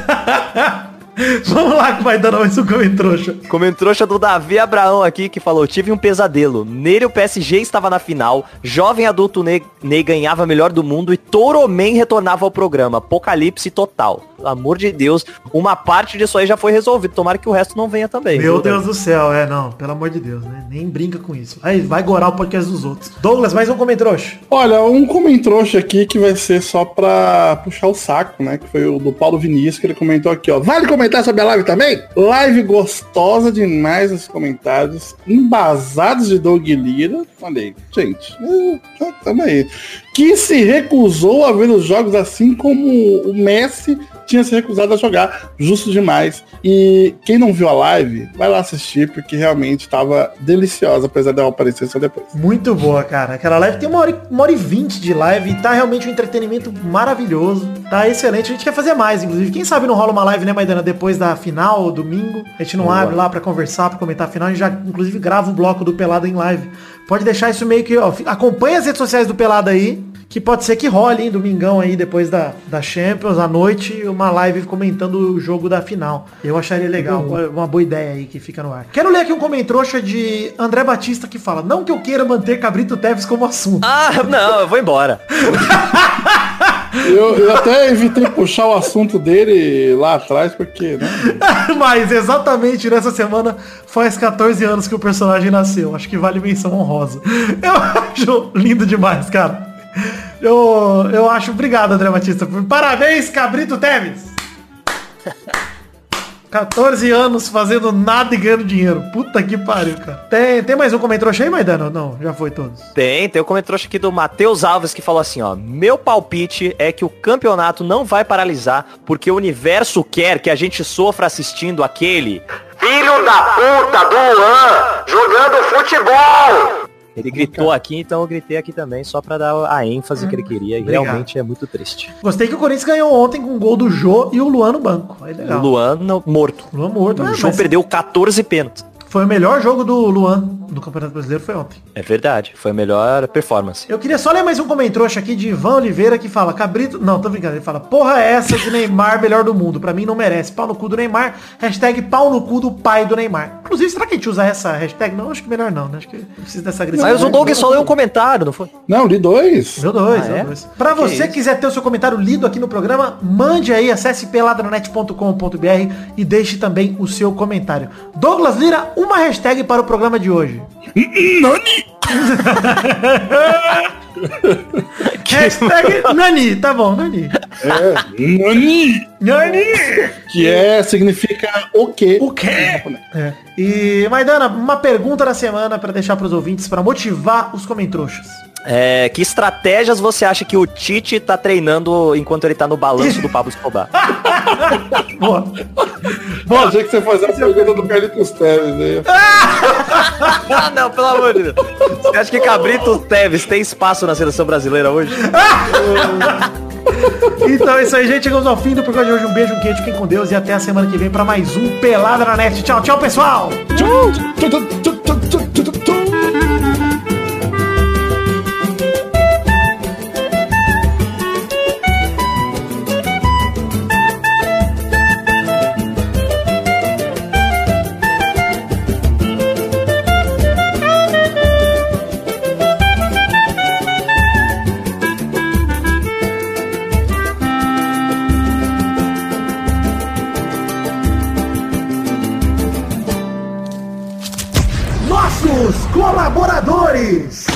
Vamos lá que vai dando mais um comentrouxa. Comentrouxa do Davi Abraão aqui, que falou: tive um pesadelo. Nele o PSG estava na final, jovem adulto Ney ganhava melhor do mundo e Toromen retornava ao programa. Apocalipse total. Pelo amor de Deus, uma parte disso aí já foi resolvido. Tomara que o resto não venha também. Meu Deus do céu, não, pelo amor de Deus, né? Nem brinca com isso. Aí vai gorar o podcast dos outros. Douglas, mais um comentrouxa. Olha, um comentrouxa aqui que vai ser só pra puxar o saco, né? Que foi o do Paulo Vinícius, que ele comentou aqui, ó. Vale comentar sobre a live também? Live gostosa demais nos comentários, embasados de Doug Lira. Olha aí, gente, tamo aí. Que se recusou a ver os jogos assim como o Messi tinha se recusado a jogar. Justo demais. E quem não viu a live, vai lá assistir, porque realmente tava deliciosa, apesar dela aparecer só depois. Muito boa, cara. Aquela live tem 1h20 de live e tá realmente um entretenimento maravilhoso. Tá excelente. A gente quer fazer mais, inclusive. Quem sabe não rola uma live, né, Maidana, depois da final, domingo. A gente não abre lá pra conversar, pra comentar a final. A gente já, inclusive, grava o bloco do Pelada em live. Pode deixar isso meio que, ó, acompanha as redes sociais do Pelada aí, que pode ser que role, hein, domingão aí, depois da Champions, à noite, uma live comentando o jogo da final. Eu acharia legal, uma boa ideia aí que fica no ar. Quero ler aqui um comentrouxa de André Batista que fala: não que eu queira manter Cabrito Teves como assunto. Não, eu vou embora. Eu até evitei puxar o assunto dele lá atrás, porque... Né? Mas exatamente nessa semana faz 14 anos que o personagem nasceu. Acho que vale menção honrosa. Eu acho lindo demais, cara. Eu acho... Obrigado, André Batista. Parabéns, Cabrito Teves. 14 anos fazendo nada e ganhando dinheiro. Puta que pariu, cara. Tem mais um comentrouxa aí, Maidana? Não, já foi todos. Tem um comentrouxa aqui do Matheus Alves que falou assim, ó. Meu palpite é que o campeonato não vai paralisar porque o universo quer que a gente sofra assistindo aquele filho da puta do Luan jogando futebol. Ele gritou aqui, então eu gritei aqui também, só pra dar a ênfase que ele queria. E realmente é muito triste. Gostei que o Corinthians ganhou ontem com o gol do Jô e o Luan no banco. Aí legal. O Luan morto. O Luan morto. O Jô perdeu 14 pênaltis. Foi o melhor jogo do Luan do Campeonato Brasileiro, foi ontem. É verdade, foi a melhor performance. Eu queria só ler mais um comentrouxa aqui de Ivan Oliveira que fala, Cabrito... Não, tô brincando, ele fala, porra é essa de Neymar melhor do mundo? Pra mim não merece. Pau no cu do Neymar, hashtag pau no cu do pai do Neymar. Inclusive, será que a gente usa essa hashtag? Não, acho que melhor não, né? Acho que precisa dessa agressividade. Mas o Doug só leu um comentário, não foi? Não, li 2. Deu 2, deu 2. Pra você que quiser ter o seu comentário lido aqui no programa, mande aí, acesse peladranet.com.br e deixe também o seu comentário. Douglas Lira, uma hashtag para o programa de hoje. Nani! Hashtag Nani, tá bom, Nani. É, Nani! Nani! Que significa o quê? O quê? É. E, Maidana, uma pergunta da semana pra deixar pros ouvintes, pra motivar os comentrouxas. Que estratégias você acha que o Tite tá treinando enquanto ele tá no balanço do Pablo Escobar? Boa. Bom, achei que você fazia a pergunta do Carlitos Teves aí. Não, pelo amor de Deus. Você acha que Cabrito Teves tem espaço na seleção brasileira hoje? Então é isso aí, gente. Chegamos ao fim do programa de hoje. Um beijo, um queijo, fiquem com Deus e até a semana que vem pra mais um Pelada na Net. Tchau, tchau, pessoal! Colaboradores.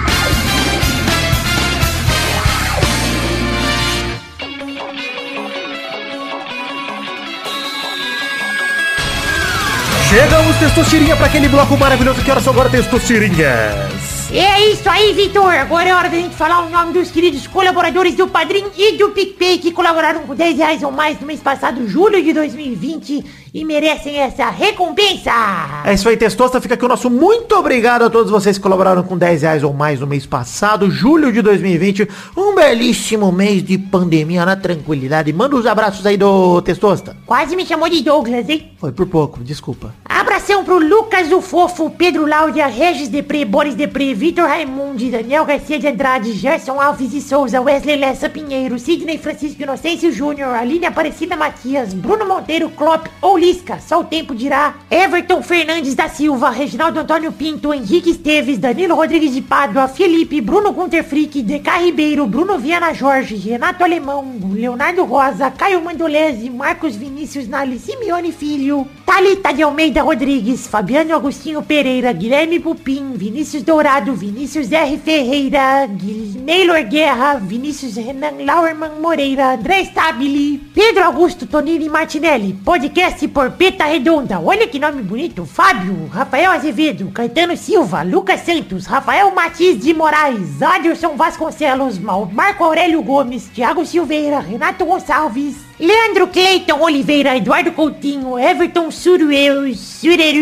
Chegamos, Testosterinha, para aquele bloco maravilhoso que horas agora, Testosterinhas. É isso aí, Vitor. Agora é hora da gente falar o nome dos queridos colaboradores do Padrim e do PicPay que colaboraram com R$10 ou mais no mês passado, julho de 2020, e merecem essa recompensa. É isso aí, Testosta. Fica aqui o nosso muito obrigado a todos vocês que colaboraram com R$10 ou mais no mês passado, julho de 2020. Um belíssimo mês de pandemia na tranquilidade. Manda os abraços aí do Testosta. Quase me chamou de Douglas, hein? Foi por pouco, desculpa. Abração pro Lucas, o Fofo, Pedro Láudia, Regis Depré, Boris Depré, Vitor Raimundi, Daniel Garcia de Andrade, Gerson Alves de Souza, Wesley Lessa Pinheiro, Sidney Francisco Inocêncio Júnior, Aline Aparecida Matias, Bruno Monteiro, Klopp ou Lisca, só o tempo dirá, Everton Fernandes da Silva, Reginaldo Antônio Pinto, Henrique Esteves, Danilo Rodrigues de Pádua, Felipe, Bruno Gunter Frick, DK Ribeiro, Bruno Viana Jorge, Renato Alemão, Leonardo Rosa, Caio Mandolese, Marcos Vinícius Nali, Simeone Filho, Thalita de Almeida Rodrigues, Fabiano Agostinho Pereira, Guilherme Pupim, Vinícius Dourado, Vinícius R. Ferreira, Neylor Guerra, Vinícius Renan Lauerman Moreira, André Stabile, Pedro Augusto Tonini Martinelli, podcast Porpeta Redonda, olha que nome bonito, Fábio, Rafael Azevedo, Caetano Silva, Lucas Santos, Rafael Matiz de Moraes, Adilson Vasconcelos, Marco Aurélio Gomes, Thiago Silveira, Renato Gonçalves, Leandro Cleiton Oliveira, Eduardo Coutinho, Everton Surerus,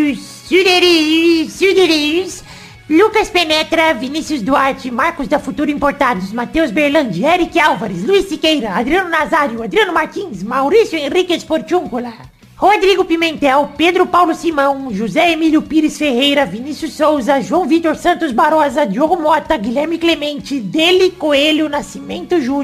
Lucas Penetra, Vinícius Duarte, Marcos da Futuro Importados, Matheus Berlandi, Eric Álvares, Luiz Siqueira, Adriano Nazário, Adriano Martins, Maurício Henrique Esportiúncula, Rodrigo Pimentel, Pedro Paulo Simão, José Emílio Pires Ferreira, Vinícius Souza, João Vitor Santos Barosa, Diogo Mota, Guilherme Clemente, Dele Coelho Nascimento Júnior,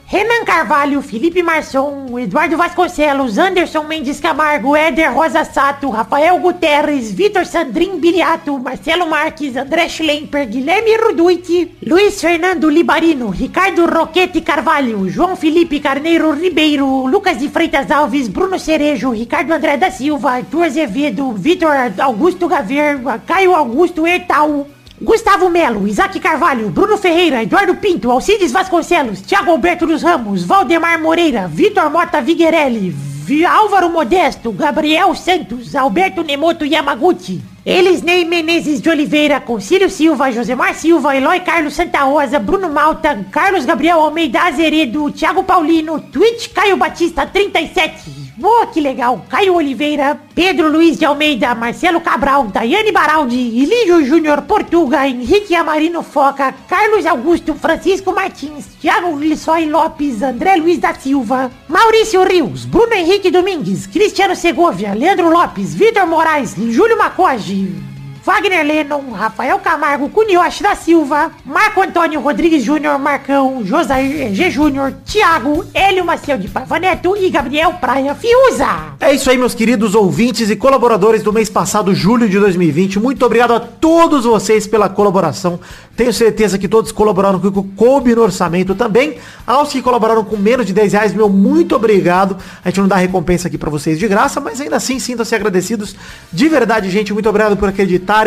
Renan Carvalho, Felipe Marçom, Eduardo Vasconcelos, Anderson Mendes Camargo, Éder Rosa Sato, Rafael Guterres, Vitor Sandrin Biliato, Marcelo Marques, André Schlemper, Guilherme Ruduiti, Luiz Fernando Libarino, Ricardo Roquete Carvalho, João Felipe Carneiro Ribeiro, Lucas de Freitas Alves, Bruno Cerejo, Ricardo André da Silva, Arthur Azevedo, Vitor Augusto Gaver, Caio Augusto Ertal, Gustavo Melo, Isaac Carvalho, Bruno Ferreira, Eduardo Pinto, Alcides Vasconcelos, Thiago Alberto dos Ramos, Valdemar Moreira, Vitor Mota Viguerelli, Álvaro Modesto, Gabriel Santos, Alberto Nemoto Yamaguchi, Elisnei Menezes de Oliveira, Concílio Silva, Josemar Silva, Eloy Carlos Santa Rosa, Bruno Malta, Carlos Gabriel Almeida Azeredo, Thiago Paulino, Twitch Caio Batista 37, que legal, Caio Oliveira, Pedro Luiz de Almeida, Marcelo Cabral, Daiane Baraldi, Ilígio Júnior Portuga, Henrique Amarino Foca, Carlos Augusto, Francisco Martins, Thiago Lissói Lopes, André Luiz da Silva, Maurício Rios, Bruno Henrique Domingues, Cristiano Segovia, Leandro Lopes, Vitor Moraes, Júlio Macoge, Wagner Lennon, Rafael Camargo, Cunioche da Silva, Marco Antônio Rodrigues Júnior, Marcão, Josair G. Júnior, Thiago, Hélio Maciel de Paiva Neto e Gabriel Praia Fiuza. É isso aí, meus queridos ouvintes e colaboradores do mês passado, julho de 2020. Muito obrigado a todos vocês pela colaboração. Tenho certeza que todos colaboraram com o que coube no orçamento também. Aos que colaboraram com menos de 10 reais, meu muito obrigado. A gente não dá recompensa aqui pra vocês de graça, mas ainda assim, sintam-se agradecidos. De verdade, gente, muito obrigado por acreditarem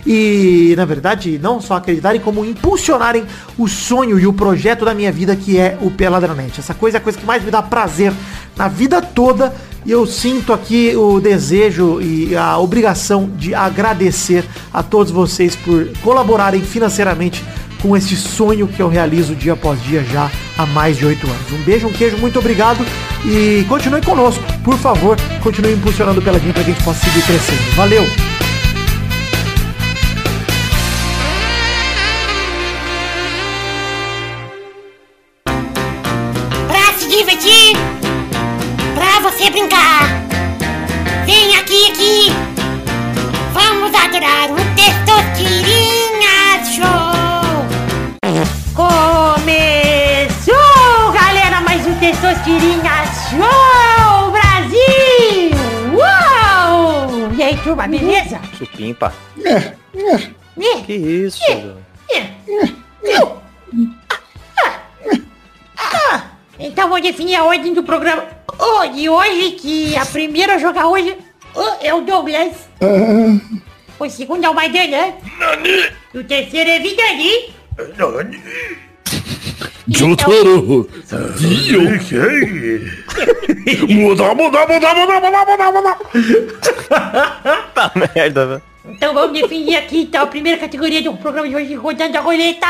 e, na verdade, não só acreditarem, como impulsionarem o sonho e o projeto da minha vida, que é o Peladranet. Essa coisa é a coisa que mais me dá prazer na vida toda. E eu sinto aqui o desejo e a obrigação de agradecer a todos vocês por colaborarem financeiramente com este sonho que eu realizo dia após dia já há mais de 8 anos. Um beijo, um queijo, muito obrigado e continue conosco, por favor, continue impulsionando o Peladinho para que a gente possa seguir crescendo. Valeu! Pra se divertir, pra você brincar, vem aqui, vamos adorar o Testosterinha Show. Começou, galera, mais um Testosterinha Show Brasil. Uou! E aí, turma, beleza? Supimpa. Que isso? Então vou definir a ordem do programa de hoje, que a primeira a jogar hoje é o Douglas. O segundo é o Maidana. O terceiro é Vidani. Jotaro! Muda! Tá merda, velho. Então vamos definir aqui, então, a primeira categoria do programa de hoje, rodando a roleta.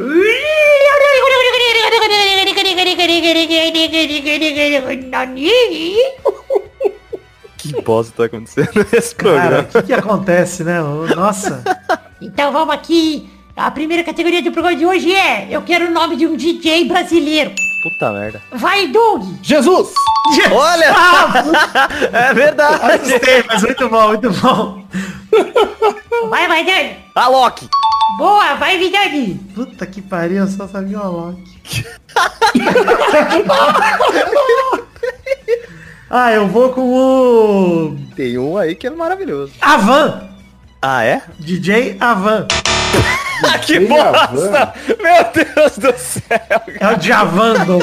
Que bosta tá acontecendo nesse Cara, programa? o que acontece, né? Nossa. Então vamos aqui. A primeira categoria do programa de hoje é: eu quero o nome de um DJ brasileiro. Puta merda. Vai, Doug! Jesus! Olha! É verdade. Assustei, mas muito bom, muito bom. Vai, Dani! A Loki! Boa, vai, Vidani! Puta que pariu, eu só sabia o Alok. Eu vou com o... Tem um aí que é maravilhoso. Avan! Ah, é? DJ Avan. Que bosta! Meu Deus do céu! É o Javando.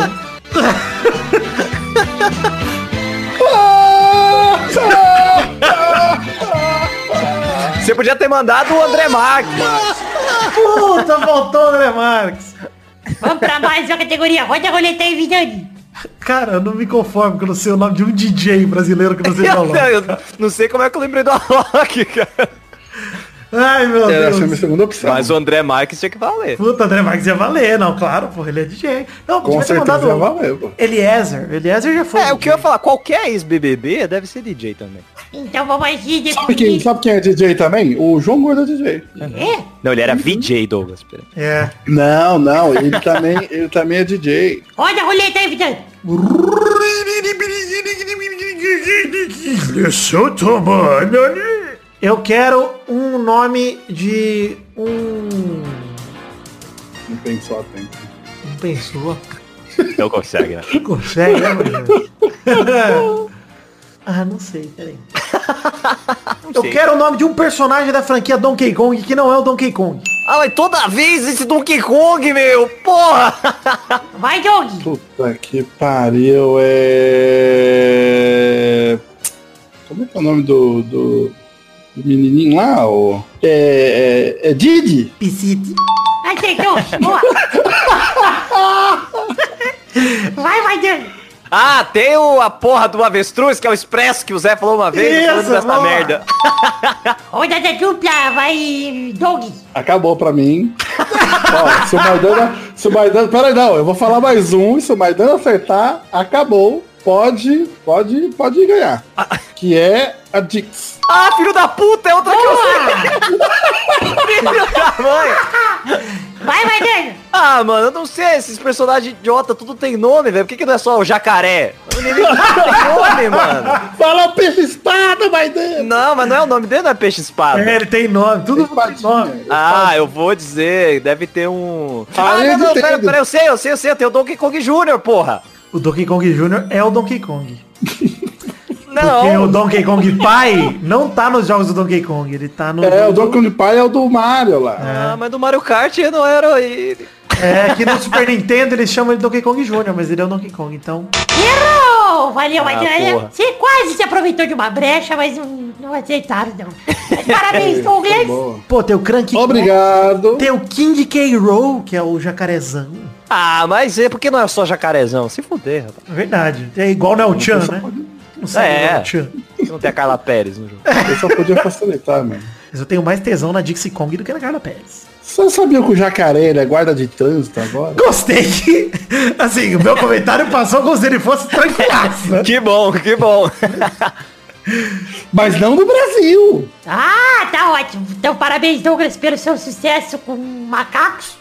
Você podia ter mandado o André Marques. Puta, voltou o André Marques. Vamos pra mais uma categoria. Roda a roleta aí, Vidani. Cara, eu não me conformo que eu não sei o nome de um DJ brasileiro que não seja o Alok. Eu não sei como é que eu lembrei do Alok, cara. Ai, meu Deus. Essa é a minha segunda opção. Mas o André Marques tinha que valer. Puta, André Marques ia valer, não, claro, porra, ele é DJ. Não, Com certeza ia valer, pô. Eliezer já foi. É, o que eu ia falar, qualquer ex-BBB deve ser DJ também. Então vamos aqui Sabe quem é DJ também? O João Gordo é DJ. É? Não, ele era VJ, Douglas. Pera. É. Não, ele também é DJ. Roda a roleta aí, Vidani. Eu quero um nome de Não pensou a tempo. Não pensou? Não consegue, né? Consegue, né, mano? Ah, não sei, peraí. Eu quero o nome de um personagem da franquia Donkey Kong que não é o Donkey Kong. Ah, mas toda vez esse Donkey Kong, meu! Porra! Vai, Doug. Puta que pariu, Como é que é o nome do menininho lá? É Didi? Piscite. Acertou. Boa. Vai, Doug. Ah, tem a porra do avestruz, que é o Expresso, que o Zé falou uma vez. Isso, falando dessa boa. merda. Rodada dupla, vai, Doug. Acabou pra mim. Ó, se o Maidana... Peraí, não, eu vou falar mais um, e se o Maidana acertar, acabou. Pode ganhar. Que é a Dix. Ah, filho da puta, é outra que eu sei. Filho da mãe. Vai, Doug. Ah, mano, eu não sei, esses personagens idiota, tudo tem nome, velho. Por que não é só o jacaré? O inimigo tem nome, mano. Fala o peixe-espada, Maidana. Não, mas não é o nome dele, não é peixe-espada. É, ele tem nome, tudo tem nome. Ah, eu vou dizer, deve ter um... não, pera, eu sei, tem o Donkey Kong Jr., porra. O Donkey Kong Jr. é o Donkey Kong. Não. Porque o Donkey Kong Pai não tá nos jogos do Donkey Kong, ele tá no... O Donkey Kong Pai é o do Mario lá. Ah, mas do Mario Kart não era ele. É, que no Super Nintendo eles chamam ele de Donkey Kong Jr., mas ele é o Donkey Kong, então... Errou! Valeu, Maidana. porra. Você quase se aproveitou de uma brecha, mas não acertaram, não. Mas parabéns, Douglas. Boa. Pô, tem o Cranky... Obrigado. Tem o King K. Rool, que é o jacarezão. Ah, mas é porque não é só jacarezão. Se fuder, rapaz. Verdade. É igual no El Chan, né? Não sei, É. El Chan. Não tem a Carla Pérez no jogo. Eu só podia facilitar, mano. Mas eu tenho mais tesão na Dixie Kong do que na Carla Pérez. Você sabia que o jacaré ele é guarda de trânsito agora? Gostei que, assim, o meu comentário passou como se ele fosse tranquilaço, né? Que bom, que bom. Mas não no Brasil. Ah, tá ótimo. Então, parabéns, Douglas, pelo seu sucesso com macacos.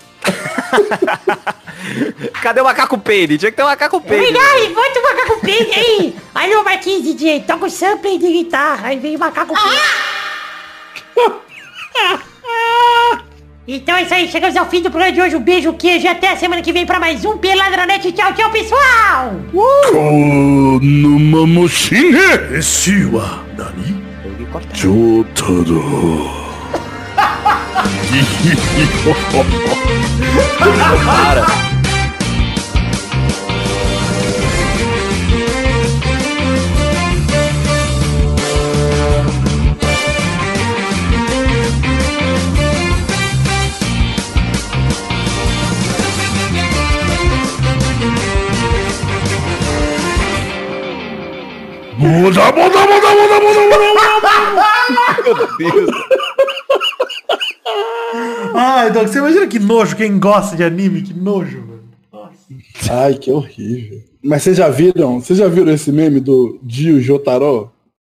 Cadê o macaco peide? Tinha que ter um macaco peide. Verdade, bota o macaco peide aí. Alô, Marquinhos DJ, toca o sample de guitarra. Aí vem o macaco peide. Então é isso aí, chegamos ao fim do programa de hoje. Um beijo, queijo e até a semana que vem pra mais um Peladranet. Tchau, tchau, pessoal. Para. Muda. Meu Deus. Ai, Doug, você imagina que nojo quem gosta de anime, que nojo, mano. Nossa. Ai, que horrível. Mas vocês já viram esse meme do Dio Jotaro?